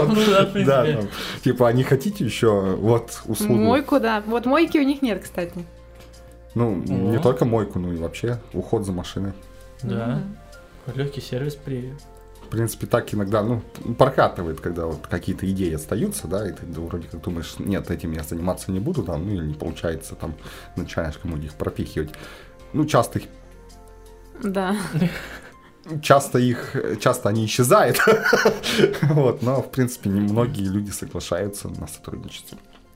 Да, там, типа, а не хотите еще вот услугу? Мойку, да. Вот мойки у них нет, кстати. Ну, не только мойку, но и вообще уход за машиной. Да. Легкий сервис при... В принципе, так иногда, ну, прокатывает, когда вот какие-то идеи остаются, да, и ты вроде как думаешь, нет, этим я заниматься не буду, там, ну, или не получается, там, начинаешь кому-нибудь их пропихивать. Ну, часто их... Да. Часто их, часто они исчезают, вот, но, в принципе, немногие люди соглашаются на сотрудничество.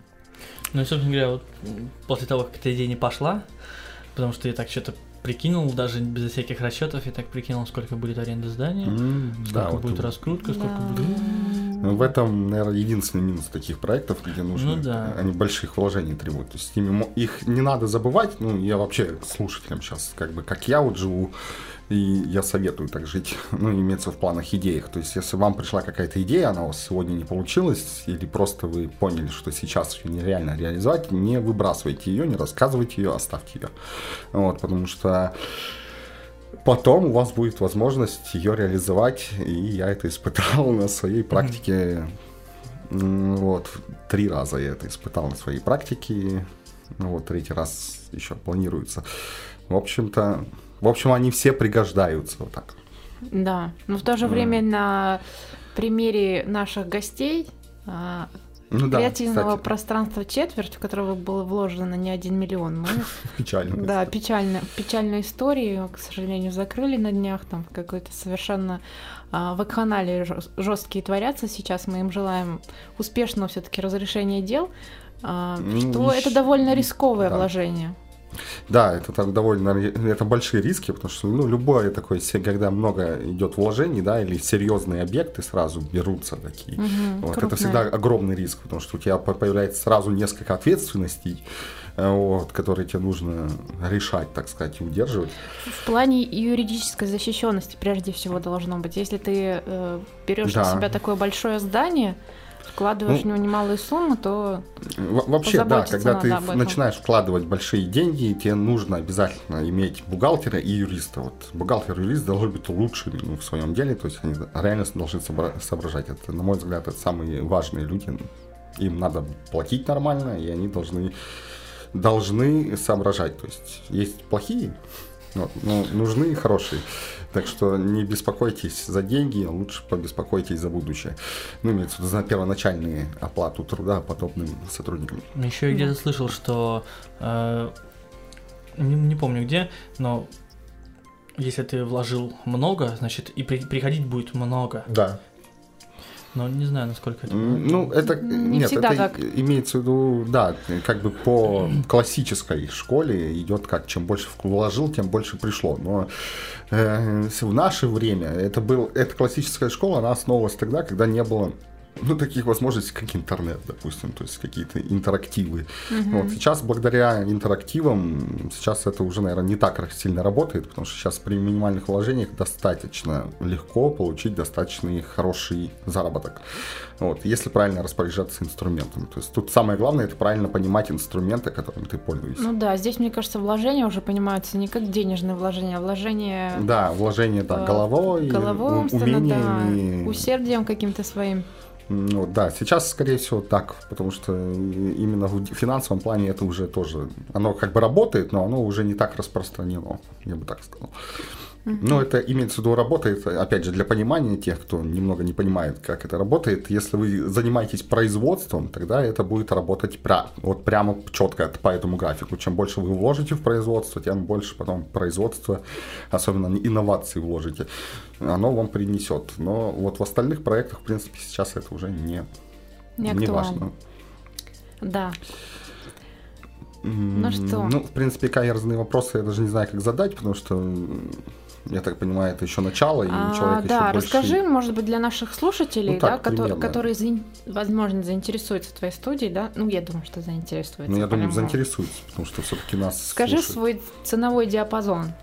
Ну и, собственно говоря, вот после того, как эта идея не пошла, потому что я так что-то прикинул, даже без всяких расчетов, я так прикинул, сколько будет аренда здания, Mm, сколько да, будет вот раскрутка, Да. сколько будет... в этом, наверное, единственный минус таких проектов, где нужно, Ну да. они больших вложений требуют. То есть ими мо- их не надо забывать. Ну, я вообще слушателям сейчас, как бы, как я вот живу, и я советую так жить, ну, имеется в планах идеях. То есть, если вам пришла какая-то идея, она у вас сегодня не получилась, или просто вы поняли, что сейчас ее нереально реализовать, не выбрасывайте ее, не рассказывайте ее, оставьте ее. Вот, потому что потом у вас будет возможность ее реализовать, и я это испытал на своей практике. М, Вот, три раза я это испытал на своей практике, ну вот, третий раз еще планируется. В общем-то, в общем, они все пригождаются вот так. Да. Но в то же время на примере наших гостей а, Ну да, креативного кстати, пространства «Четверть», в которого было вложено не один миллион, мы печально. да, печально, печальную историю, к сожалению, закрыли на днях, там какой-то совершенно а, вакханалии жесткие творятся сейчас, мы им желаем успешного все-таки разрешения дел, а, Ну, что ещё- это довольно рисковое да. вложение. Да, это там довольно, это большие риски, потому что, ну, любое такое, се- когда много идет вложений, да, или серьезные объекты сразу берутся такие, Мгм, вот, это крупное. всегда огромный риск, потому что у тебя по- появляется сразу несколько ответственностей, э, вот, которые тебе нужно решать, так сказать, и удерживать. В плане юридической защищенности прежде всего должно быть. Если ты э, берешь на Да. себя такое большое здание, вкладываешь Ну, в него немалые суммы, то Во- Вообще, да, позаботиться когда надо ты об этом. начинаешь вкладывать большие деньги, тебе нужно обязательно иметь бухгалтера и юриста. Вот бухгалтер и юрист должны быть лучшими, ну, в своем деле, то есть они реально должны собра- соображать. Это, на мой взгляд, это самые важные люди. Им надо платить нормально, и они должны, должны соображать. То есть есть плохие, вот, но нужны хорошие. Так что не беспокойтесь за деньги, а лучше побеспокойтесь за будущее. Ну, имеется в виду за первоначальную оплату труда подобным сотрудникам. Еще я где-то слышал, что э, не, не помню где, но если ты вложил много, значит и при- приходить будет много. Да. Но не знаю, насколько это. М, Ну, это Не нет, всегда это так. имеется в виду, да, как бы по классической школе идет как чем больше вложил, тем больше пришло. Но э, в наше время это был, эта классическая школа, она основывалась тогда, когда не было, ну, таких возможностей, как интернет, допустим, то есть какие-то интерактивы. Вот сейчас благодаря интерактивам сейчас это уже, наверное, не так сильно работает, потому что сейчас при минимальных вложениях достаточно легко получить достаточно хороший заработок. Вот, если правильно распоряжаться инструментом. То есть тут самое главное — это правильно понимать инструменты, которыми ты пользуешься. ну да, здесь, мне кажется, вложения уже понимаются не как денежные вложения, а вложения Да, вложение, да, э, головой, головой, у- умственно, умениями. да, усердием каким-то своим. Ну да, сейчас, скорее всего, так, потому что именно в финансовом плане это уже тоже, оно как бы работает, но оно уже не так распространено, я бы так сказал. Но это имеется в виду работает, опять же, для понимания тех, кто немного не понимает, как это работает. Если вы занимаетесь производством, тогда это будет работать пря- вот прямо четко по этому графику. Чем больше вы вложите в производство, тем больше потом производство, особенно инновации вложите, оно вам принесет. Но вот в остальных проектах, в принципе, сейчас это уже не, Не не актуально. важно. Да. М, Ну что? Ну, в принципе, каверзные вопросы я даже не знаю, как задать, потому что, м, я так понимаю, это еще начало, и А, человек да, еще больше... расскажи, может быть, для наших слушателей, Ну, так, да, кото- примерно. которые, заин- возможно, заинтересуются твоей студией, да? Ну, я думаю, что заинтересуются. Ну, я думаю, по-любому. заинтересуется, потому что все-таки нас Скажи слушают. свой ценовой диапазон.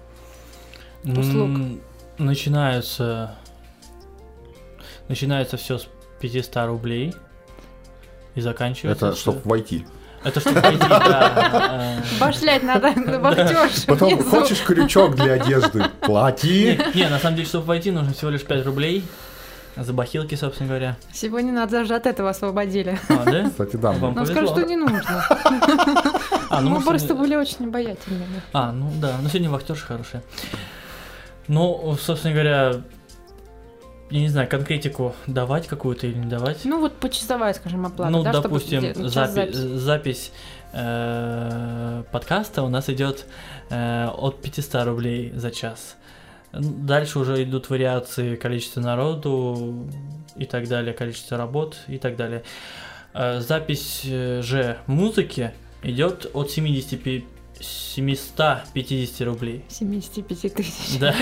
М, услуг. Начинаются. Начинается все с пятьсот рублей и заканчивается... Это чтобы войти. Это чтобы войти, да. Башлять надо, вахтерш. Потом хочешь крючок для одежды? Плати. Не, на самом деле, чтобы войти, нужно всего лишь пять рублей. За бахилки, собственно говоря. Сегодня нас даже от этого освободили. А, да? Кстати, да. Вам Нам сказали, что не нужно. А, ну Мы мы просто сегодня- были очень обаятельными. А, ну да, но сегодня вахтерша хорошая. Ну, собственно говоря, я не знаю, конкретику давать какую-то или не давать. Ну вот почасовая, скажем, оплата. Ну, да, чтобы допустим, де- час запи- записи. запись э, подкаста у нас идет э, от пятьсот рублей за час. Дальше уже идут вариации количества народу и так далее, количество работ и так далее. Э, запись э, же музыки идет от семьдесят пи- семьсот пятьдесят рублей. семьдесят пять тысяч. Да.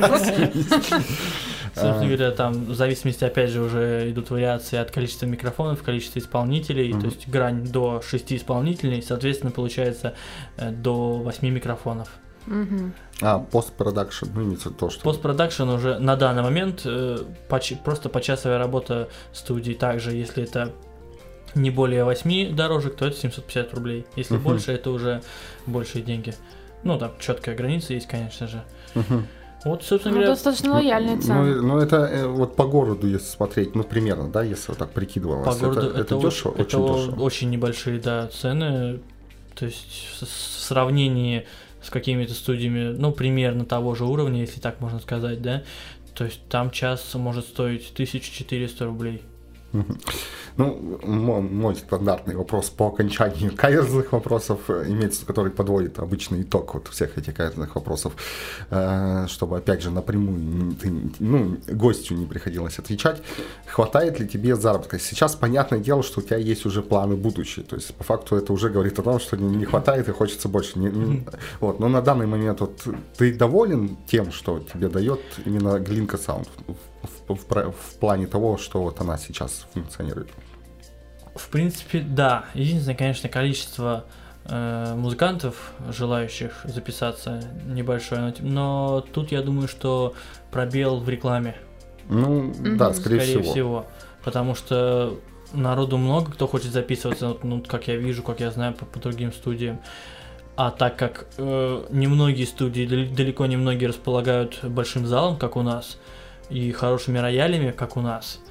Собственно говоря, там в зависимости, опять же, уже идут вариации от количества микрофонов, количества исполнителей, то есть грань до шести исполнителей, соответственно, получается э, до восьми микрофонов. Мгм. А, постпродакшн, ну, имеется то, что... Постпродакшн уже на данный момент э, поч- просто почасовая работа студии. Также, если это не более восьми дорожек, то это семьсот пятьдесят рублей. Если Мгм. больше, это уже большие деньги. Ну, там четкая граница есть, конечно же. Мгм. Вот, собственно Ну, говоря, достаточно лояльные Ну, цены. Ну, ну, это э, вот по городу, если смотреть, ну, примерно, да, если вот так прикидывалось. по городу это, это, это очень- дешево, это очень дешево. очень небольшие, да, цены. То есть в, в сравнении с какими-то студиями, ну, примерно того же уровня, если так можно сказать, да, то есть там час может стоить тысяча четыреста рублей. Мгм. Ну, мо- мой стандартный вопрос по окончанию каверзных вопросов, э, имеется, который подводит обычный итог вот всех этих каверзных вопросов, э, чтобы, опять же, напрямую н- ты, ну, гостю не приходилось отвечать. Хватает ли тебе заработка? Сейчас понятное дело, что у тебя есть уже планы будущие, то есть по факту это уже говорит о том, что не, не хватает и хочется больше. Не- не- вот. Но на данный момент вот ты доволен тем, что тебе дает именно Глинка Sound в, в- в про- в плане того, что вот она сейчас функционирует? В принципе, да. Единственное, конечно, количество э, музыкантов, желающих записаться, небольшое, но, но тут я думаю, что пробел в рекламе. Ну, да, Мгм. скорее, Скорее всего. всего. Потому что народу много, кто хочет записываться, вот, ну, как я вижу, как я знаю по, по другим студиям. А так как э, немногие студии, дал- далеко не многие располагают большим залом, как у нас, и хорошими роялями, как у нас,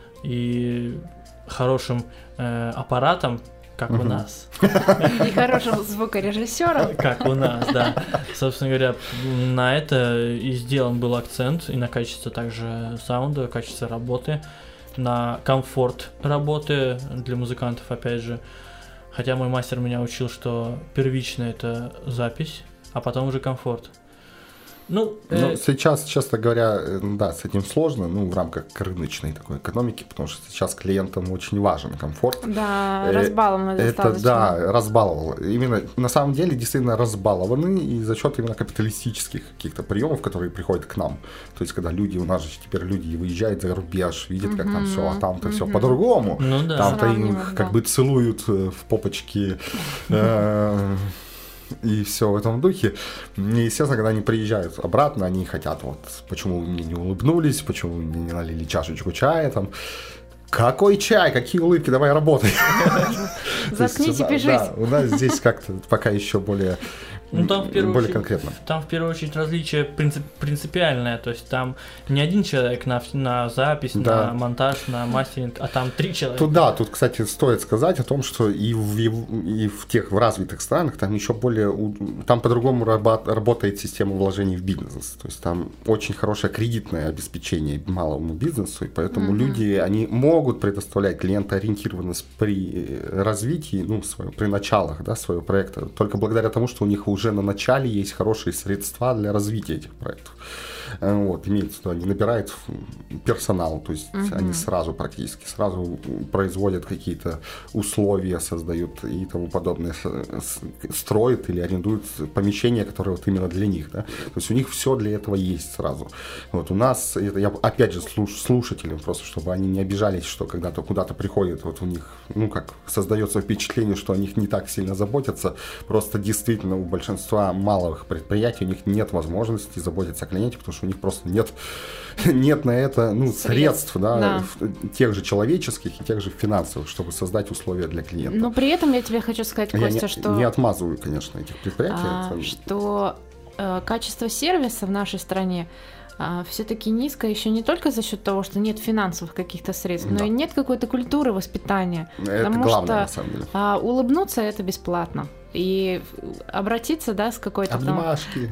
и хорошим э, аппаратом, как у Мгм. нас. И хорошим звукорежиссером. Как у нас, да. Собственно говоря, на это и сделан был акцент, и на качество также саунда, качество работы, на комфорт работы для музыкантов, опять же. Хотя мой мастер меня учил, что первично это запись, а потом уже комфорт. Ну, Ну, э, сейчас, честно говоря, э, да, с этим сложно, ну, в рамках рыночной такой экономики, потому что сейчас клиентам очень важен комфорт. Да, Э, разбаловано Это, достаточно. да, разбаловало. Именно, на самом деле, действительно разбалованы и за счет именно капиталистических каких-то приемов, которые приходят к нам. То есть, когда люди, у нас же теперь люди выезжают за рубеж, видят, как там все, а там-то все мгм. по-другому. ну да. Там-то им Сравнивать, как да. бы целуют э, в попочки э, и все в этом духе. И, естественно, когда они приезжают обратно, они хотят, вот, почему вы мне не улыбнулись, почему вы мне не налили чашечку чая, там, какой чай, какие улыбки, давай работай. То есть, Заткнись и да, пишись. да, у нас здесь как-то пока еще более, Ну, там в первую более очередь- конкретно. Там в первую очередь различие принцип- принципиальное, то есть там не один человек на, вс- на запись, Да. на монтаж, на мастеринг, а там три человека. Тут, да, тут, кстати, стоит сказать о том, что и в, и в- и в тех в развитых странах там еще более, у- там по-другому раба- работает система вложений в бизнес. То есть там очень хорошее кредитное обеспечение малому бизнесу, и поэтому Мгм. люди, они могут предоставлять клиентоориентированность при э, развитии, ну, своего, при началах, да, своего проекта, только благодаря тому, что у них уже на начале есть хорошие средства для развития этих проектов. Э, Вот, имеется в виду, они набирают м, персонал, то есть Мгм. они сразу практически, сразу производят какие-то условия, создают и тому подобное, с- с- строят или арендуют помещения, которые вот именно для них, да, то есть у них все для этого есть сразу. Вот у нас, это я опять же слуш- слушателям просто, чтобы они не обижались, что когда-то куда-то приходят, вот у них, ну как, создается впечатление, что о них не так сильно заботятся, просто действительно у большинства малых предприятий у них нет возможности заботиться о клиенте, потому что у них просто нет, нет на это ну, средств, средств да, да. тех же человеческих и тех же финансовых, чтобы создать условия для клиента. Но при этом я тебе хочу сказать, я Костя, не, что... не отмазываю, конечно, этих предприятий. А, это... Что э, качество сервиса в нашей стране а, все-таки низко еще не только за счет того, что нет финансовых каких-то средств, да. но и нет какой-то культуры воспитания. Это потому главное, что на самом деле. А, улыбнуться это бесплатно. И обратиться, да, с какой-то Обнимашки.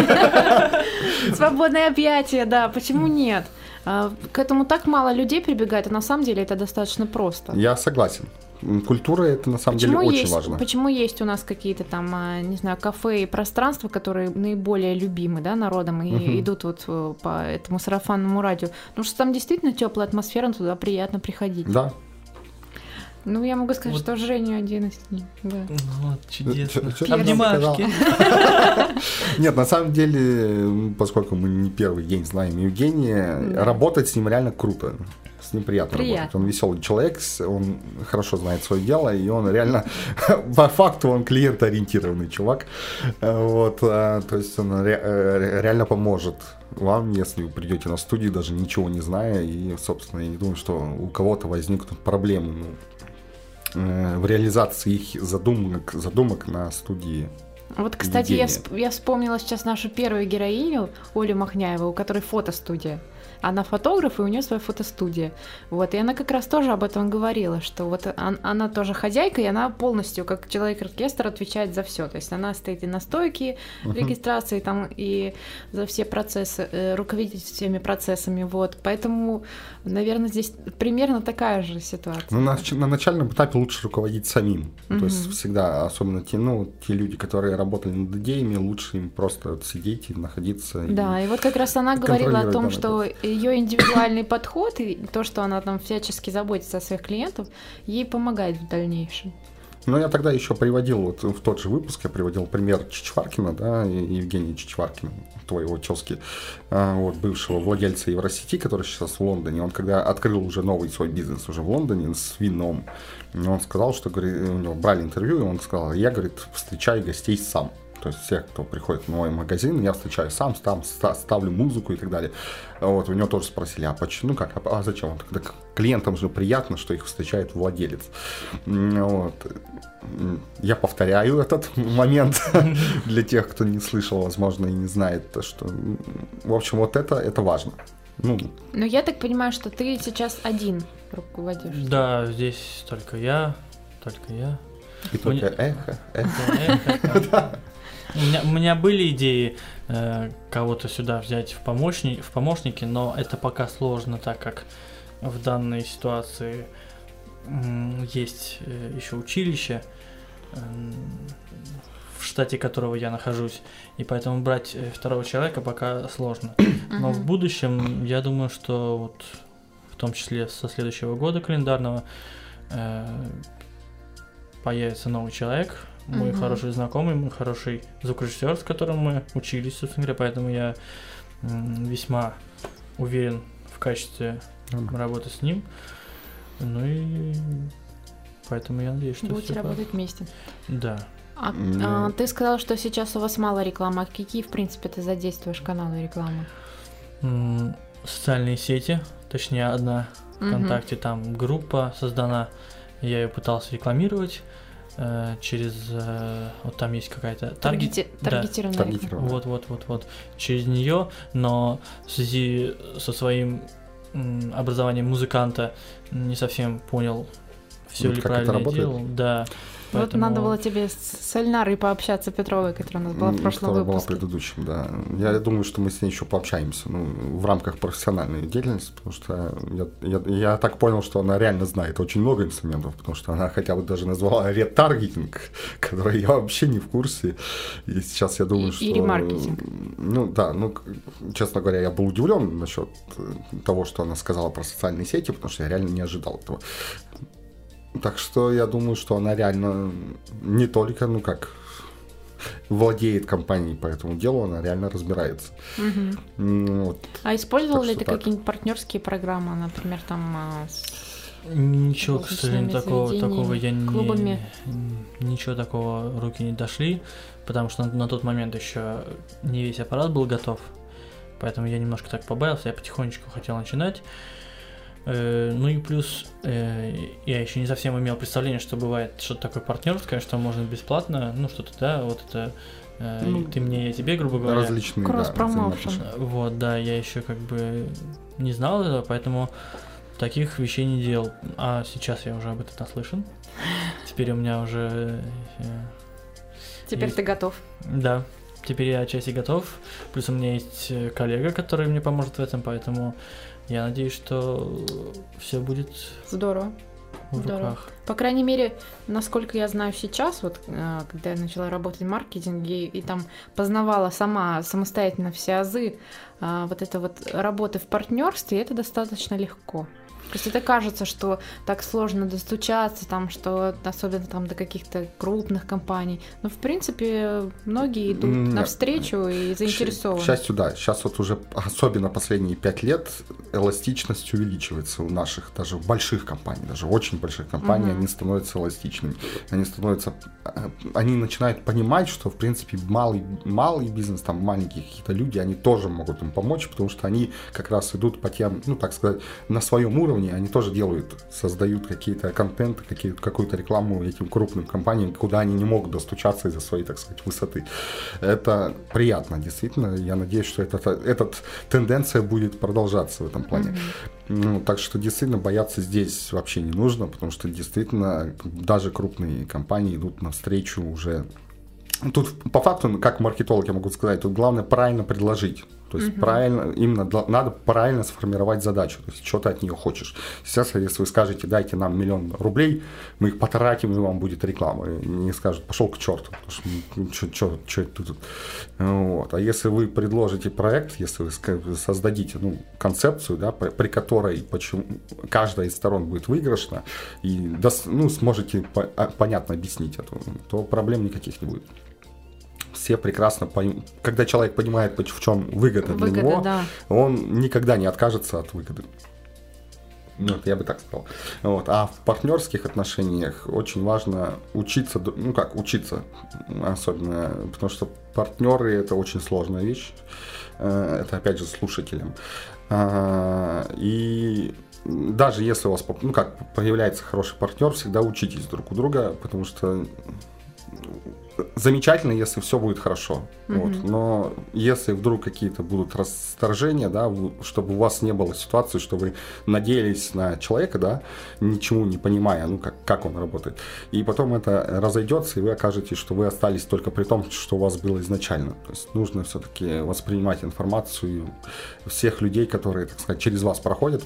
Свободное объятие, да, почему нет? К этому так мало людей прибегает, а на самом деле это достаточно просто. Я согласен. Культура это на самом почему деле есть, очень важно. Почему есть у нас какие-то там, не знаю, кафе и пространства, которые наиболее любимы, да, народом и uh-huh. идут вот по этому сарафанному радио? Потому что там действительно теплая атмосфера, туда приятно приходить. Да. Ну, я могу сказать, вот. что Женя один из них. Да. Вот, чудесно. Обнимашки. Нет, на самом деле, поскольку мы не первый день знаем Евгения, да. работать с ним реально круто. С ним приятно, приятно работать. Он веселый человек, он хорошо знает свое дело, и он реально, по факту, он клиентоориентированный чувак. Вот, то есть он ре- реально поможет вам, если вы придете на студию, даже ничего не зная, и, собственно, я не думаю, что у кого-то возникнут проблемы ну, в реализации их задумок, задумок на студии. Вот, кстати, я, всп- я вспомнила сейчас нашу первую героиню, Олю Махняеву, у которой фотостудия. Она фотограф, и у нее своя фотостудия. Вот, и она как раз тоже об этом говорила, что вот он, она тоже хозяйка, и она полностью, как человек-оркестр, отвечает за все. То есть она стоит и на стойке uh-huh. регистрации, там, и за все процессы, э, руководит всеми процессами. Вот. Поэтому, наверное, здесь примерно такая же ситуация. Ну, на, на начальном этапе лучше руководить самим. Uh-huh. То есть всегда, особенно те, ну, те люди, которые работали над идеями, лучше им просто сидеть и находиться. Да, и, и вот как раз она говорила о том, что ее индивидуальный подход и то, что она там всячески заботится о своих клиентах, ей помогает в дальнейшем. Ну, я тогда еще приводил, вот в тот же выпуск я приводил пример Чичваркина, да, Евгения Чичваркина, твоего тезки, вот, бывшего владельца Евросети, который сейчас в Лондоне. Он когда открыл уже новый свой бизнес уже в Лондоне с вином, он сказал, что, говорит, у него брали интервью, и он сказал, я, говорит, встречаю гостей сам. То есть всех, кто приходит в мой магазин, я встречаю сам, там ставлю музыку и так далее. Вот, у него тоже спросили, а почему, ну как, а зачем? Он тогда клиентам же приятно, что их встречает владелец. Вот. Я повторяю этот момент для тех, кто не слышал, возможно, и не знает, что, в общем, вот это, это важно. Ну, но я так понимаю, что ты сейчас один руководишь. Да, здесь только я, только я. И только Мне... эхо, эхо. эхо. У меня, у меня были идеи э, кого-то сюда взять в, помощни, в помощники, но это пока сложно, так как в данной ситуации м, есть э, еще училище, э, в штате которого я нахожусь, и поэтому брать э, второго человека пока сложно. Но в будущем, я думаю, что вот, в том числе со следующего года календарного э, появится новый человек, мой uh-huh. хороший знакомый, мой хороший звукорежиссер, с которым мы учились, собственно говоря, поэтому я м, весьма уверен в качестве uh-huh. работы с ним. Ну и поэтому я надеюсь, что будете работать вместе. Да. А, mm. а, ты сказал, что сейчас у вас мало рекламы. А какие, в принципе, ты задействуешь каналы рекламы? М, социальные сети, точнее, одна uh-huh. ВКонтакте, там группа создана, я ее пытался рекламировать. Через вот там есть какая-то таргет, таргетированная да. реклама. Вот, вот, вот, вот. Через нее, но в связи со своим образованием музыканта не совсем понял, все вот ли правильно я делал. Да. Вот Поэтому... надо было тебе с Эльнарой пообщаться, Петровой, которая у нас была в прошлом которая выпуске. Была в предыдущем, да. Я думаю, что мы с ней еще пообщаемся, ну, в рамках профессиональной деятельности, потому что я, я, я так понял, что она реально знает очень много инструментов, потому что она хотя бы даже назвала ретаргетинг, который я вообще не в курсе. И сейчас я думаю, и, что... И ремаркетинг. Ну, да, ну, честно говоря, я был удивлен насчет того, что она сказала про социальные сети, потому что я реально не ожидал этого. Так что я думаю, что она реально не только, ну как, владеет компанией по этому делу, она реально разбирается. Угу. Вот. А использовал так ли ты так. какие-нибудь партнерские программы, например, там с... Ничего, к сожалению, такого, такого я не... Ничего такого руки не дошли, потому что на, на тот момент еще не весь аппарат был готов. Поэтому я немножко так побоялся, я потихонечку хотел начинать. Ну и плюс я еще не совсем имел представление, что бывает что-то такое партнерское, что можно бесплатно, ну что-то, да, вот это ну, ты мне, я тебе, грубо говоря. Различные, кросс-промоушен. Да, вот, да, я еще как бы не знал этого, поэтому таких вещей не делал. А сейчас я уже об этом наслышан. Теперь у меня уже... Теперь есть... ты готов. Да, теперь я отчасти готов. Плюс у меня есть коллега, который мне поможет в этом, поэтому я надеюсь, что все будет здорово. В Здорово. руках. По крайней мере, насколько я знаю сейчас, вот когда я начала работать в маркетинге и, и там познавала сама самостоятельно все азы вот это вот работы в партнерстве, это достаточно легко. То есть это кажется, что так сложно достучаться, там, что особенно там до каких-то крупных компаний. Но в принципе многие идут Нет. навстречу и заинтересованы. К счастью, да. Сейчас вот уже особенно последние пять лет эластичность увеличивается у наших даже больших компаний, даже очень больших компаний, угу. они становятся эластичными. Они становятся, они начинают понимать, что в принципе малый, малый бизнес, там маленькие какие-то люди, они тоже могут им помочь, потому что они как раз идут по тем, ну так сказать, на своем уровне. Они тоже делают, создают какие-то контенты, какие, какую-то рекламу этим крупным компаниям, куда они не могут достучаться из-за своей, так сказать, высоты. Это приятно, действительно. Я надеюсь, что эта, эта тенденция будет продолжаться в этом плане. Mm-hmm. Ну, так что действительно бояться здесь вообще не нужно, потому что действительно даже крупные компании идут навстречу уже. Тут по факту, как маркетолог я могу сказать, тут главное правильно предложить. То есть uh-huh. правильно, именно надо правильно сформировать задачу, то есть что ты от нее хочешь. Сейчас, если вы скажете, дайте нам миллион рублей, мы их потратим, и вам будет реклама. И не скажут, пошел к черту, потому что что, что это тут. Вот. А если вы предложите проект, если вы создадите ну, концепцию, да, при которой почему, каждая из сторон будет выигрышна, и ну, сможете по- понятно объяснить это, то проблем никаких не будет. Все прекрасно понимают. Когда человек понимает, в чем выгода, выгода для него, да. он никогда не откажется от выгоды. Вот, я бы так сказал. Вот. А в партнерских отношениях очень важно учиться, ну как учиться, особенно, потому что партнеры это очень сложная вещь. Это опять же слушателям. И даже если у вас ну, как, появляется хороший партнер, всегда учитесь друг у друга, потому что замечательно, если все будет хорошо. Mm-hmm. Вот. Но если вдруг какие-то будут расторжения, да, чтобы у вас не было ситуации, что вы надеялись на человека, да, ничего не понимая, ну, как, как он работает. И потом это разойдется, и вы окажетесь, что вы остались только при том, что у вас было изначально. То есть нужно все-таки воспринимать информацию всех людей, которые, так сказать, через вас проходят,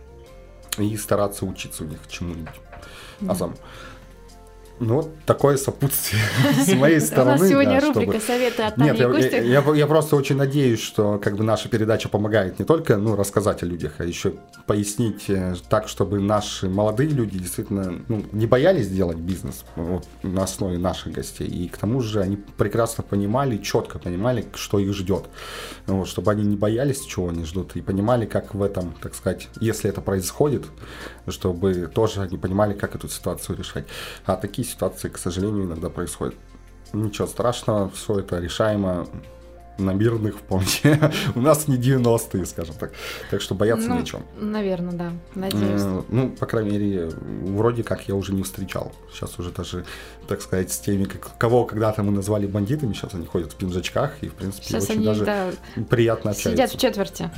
и стараться учиться у них чему-нибудь. Mm-hmm. Азам. Ну, вот такое сопутствие с моей стороны. У нас сегодня да, рубрика чтобы... «Советы от Тани Нет, и Кости». Я, я, я просто очень надеюсь, что как бы наша передача помогает не только ну, рассказать о людях, а еще пояснить так, чтобы наши молодые люди действительно ну, не боялись делать бизнес вот, на основе наших гостей. И к тому же они прекрасно понимали, четко понимали, что их ждет. Вот, чтобы они не боялись, чего они ждут, и понимали, как в этом, так сказать, если это происходит, чтобы тоже они понимали, как эту ситуацию решать. А такие ситуации, к сожалению, иногда происходят. Ничего страшного, все это решаемо на мирных вполне. У нас не девяностые, скажем так. Так что бояться ну, нечего. Наверное, да. Надеюсь. Ну, по крайней мере, вроде как я уже не встречал. Сейчас уже даже, так сказать, с теми, как, кого когда-то мы назвали бандитами, сейчас они ходят в пинжачках и, в принципе, сейчас очень они, даже да, приятно общаются. Сидят в четверти.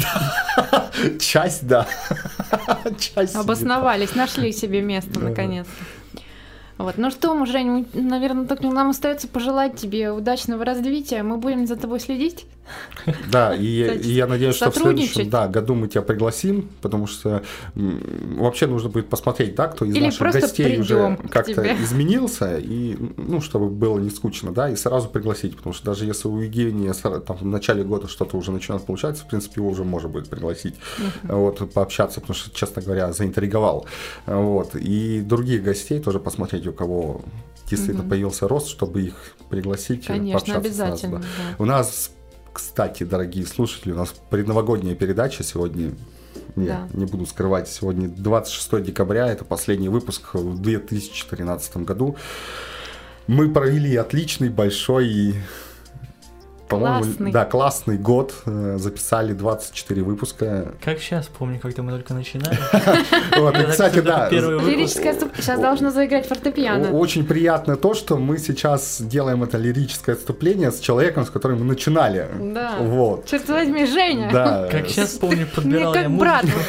Часть, да. Обосновались, нашли себе место, наконец-то. Вот. Ну что, Жень, наверное, так нам остается пожелать тебе удачного развития. Мы будем за тобой следить. Да, и, и я надеюсь, что в следующем да, году мы тебя пригласим, потому что м, вообще нужно будет посмотреть, да, кто из Или наших гостей уже как-то тебе. изменился, и, ну, чтобы было не скучно, да, и сразу пригласить, потому что даже если у Евгения там, в начале года что-то уже начинает получаться, в принципе, его уже можно будет пригласить, uh-huh. вот, пообщаться, потому что, честно говоря, заинтриговал. Вот, и других гостей тоже посмотреть, у кого действительно uh-huh. появился рост, чтобы их пригласить. Конечно, обязательно. Сразу, да. Да. У нас, кстати, дорогие слушатели, у нас предновогодняя передача сегодня, не, да. не буду скрывать, сегодня двадцать шестого декабря, это последний выпуск в две тысячи тринадцатом году. Мы провели отличный, большой и По-моему, Классный. да, классный год. э, Записали двадцать четыре выпуска. Как сейчас, помню, когда мы только начинали. Вот, и, Я так кстати, всегда да, первый выпуск. Лирическое отступление. Сейчас должно заиграть фортепиано. о- очень приятно то, что мы сейчас делаем это лирическое отступление с человеком, с которым мы начинали. Да. Вот. Черт возьми, Женя. Да. Как сейчас помню, Мне подбирал я как брат музыку.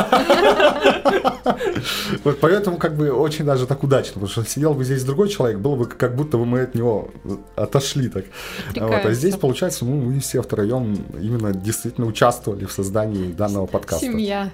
уже. Вот поэтому как бы очень даже так удачно, потому что сидел бы здесь другой человек, было бы как будто бы мы от него отошли так. Вот, а здесь, получается, ну, мы все втроем именно действительно участвовали в создании данного подкаста. Семья.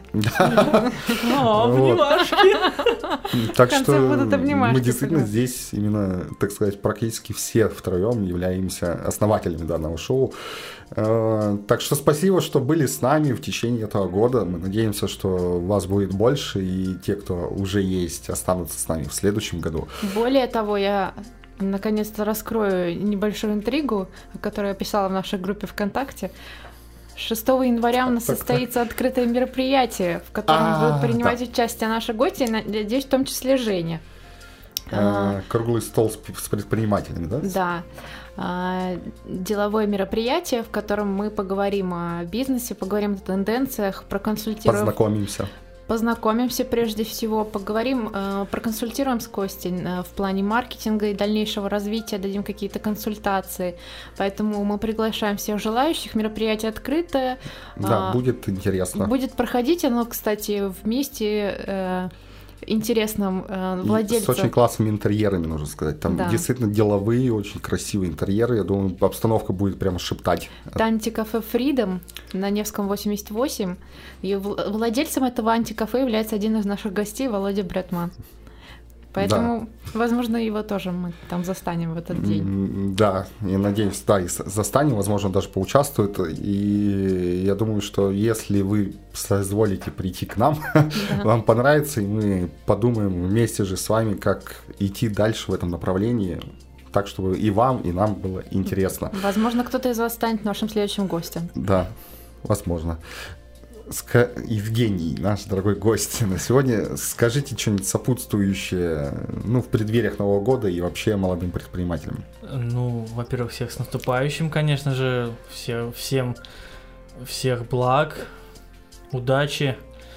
А, Вот. обнимашки. Так В конце что будут обнимашки мы действительно всегда. здесь именно, так сказать, практически все втроем являемся основателями данного шоу. Э, Так что спасибо, что были с нами в течение этого года. Мы надеемся, что вас будет больше, и те, кто уже есть, останутся с нами в следующем году. Более того, я наконец-то раскрою небольшую интригу, которую я писала в нашей группе ВКонтакте. шестого января у нас Так, так. состоится открытое мероприятие, в котором А, будут принимать участие наши гости, и, надеюсь, в том числе Женя. Э, Круглый стол с с предпринимателями, да? Да. А, Деловое мероприятие, в котором мы поговорим о бизнесе, поговорим о тенденциях, проконсультируем, Познакомимся. познакомимся прежде всего, поговорим, э, проконсультируем с Костей э, в плане маркетинга и дальнейшего развития, дадим какие-то консультации. Поэтому мы приглашаем всех желающих. Мероприятие открытое. Да, А, будет интересно. Будет проходить оно, кстати, в месте э, интересном э, И владельца. с очень классными интерьерами, нужно сказать. Там Да. действительно деловые, очень красивые интерьеры. Я думаю, обстановка будет прямо шептать. Это антикафе Freedom на Невском восемьдесят восемь. И вл- владельцем этого антикафе является один из наших гостей, Володя Бретман. Поэтому, возможно, его тоже мы там застанем в этот день. М, Да, я надеюсь, да, и с- застанем, возможно, даже поучаствует. И я думаю, что если вы соизволите прийти к нам, вам понравится, и мы подумаем вместе же с вами, как идти дальше в этом направлении, так, чтобы и вам, и нам было интересно. Возможно, кто-то из вас станет нашим следующим гостем. Да, возможно. Ска- Евгений, наш дорогой гость на сегодня, скажите что-нибудь сопутствующее, ну, в преддвериях Нового года и вообще молодым предпринимателям. Ну, во-первых, всех с наступающим, конечно же. Все, всем всех благ, удачи.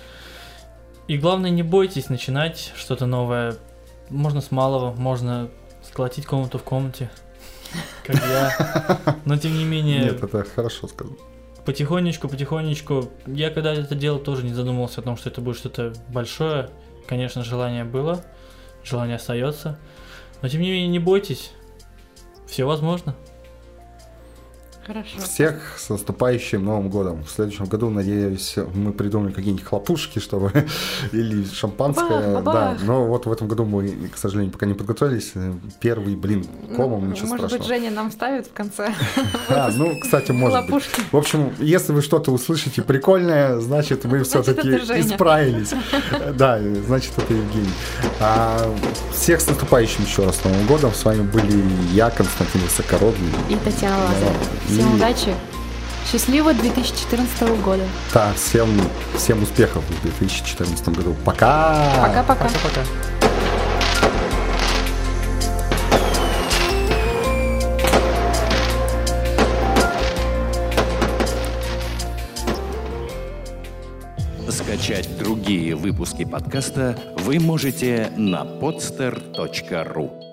И главное, не бойтесь начинать что-то новое. Можно с малого, можно сколотить комнату в комнате, как я. Но тем не менее, Нет, это хорошо сказано. потихонечку, потихонечку. Я когда это делал, тоже не задумывался о том, что это будет что-то большое. Конечно, желание было, желание остается. Но тем не менее, не бойтесь. Все возможно. Хорошо. Всех с наступающим Новым годом. В следующем году, надеюсь, мы придумаем какие-нибудь хлопушки, чтобы или шампанское. Бабах, бабах. Да, но вот в этом году мы, к сожалению, пока не подготовились. Первый блин комом, Ну, ничего может страшного. быть, Женя нам ставит в конце А, ну, кстати, может быть. лопушки. В общем, если вы что-то услышите прикольное, значит, мы Значит, все-таки это Женя. исправились. Да, значит, это Евгений. А, всех с наступающим еще раз Новым годом. С вами были я, Константин Высокородный. И Татьяна Лазарева. Всем И- удачи. Счастливого две тысячи четырнадцатого года. Да, всем, всем успехов в две тысячи четырнадцатом году. Пока! Пока-пока. Пока-пока. Скачать другие выпуски подкаста вы можете на podster точка ру.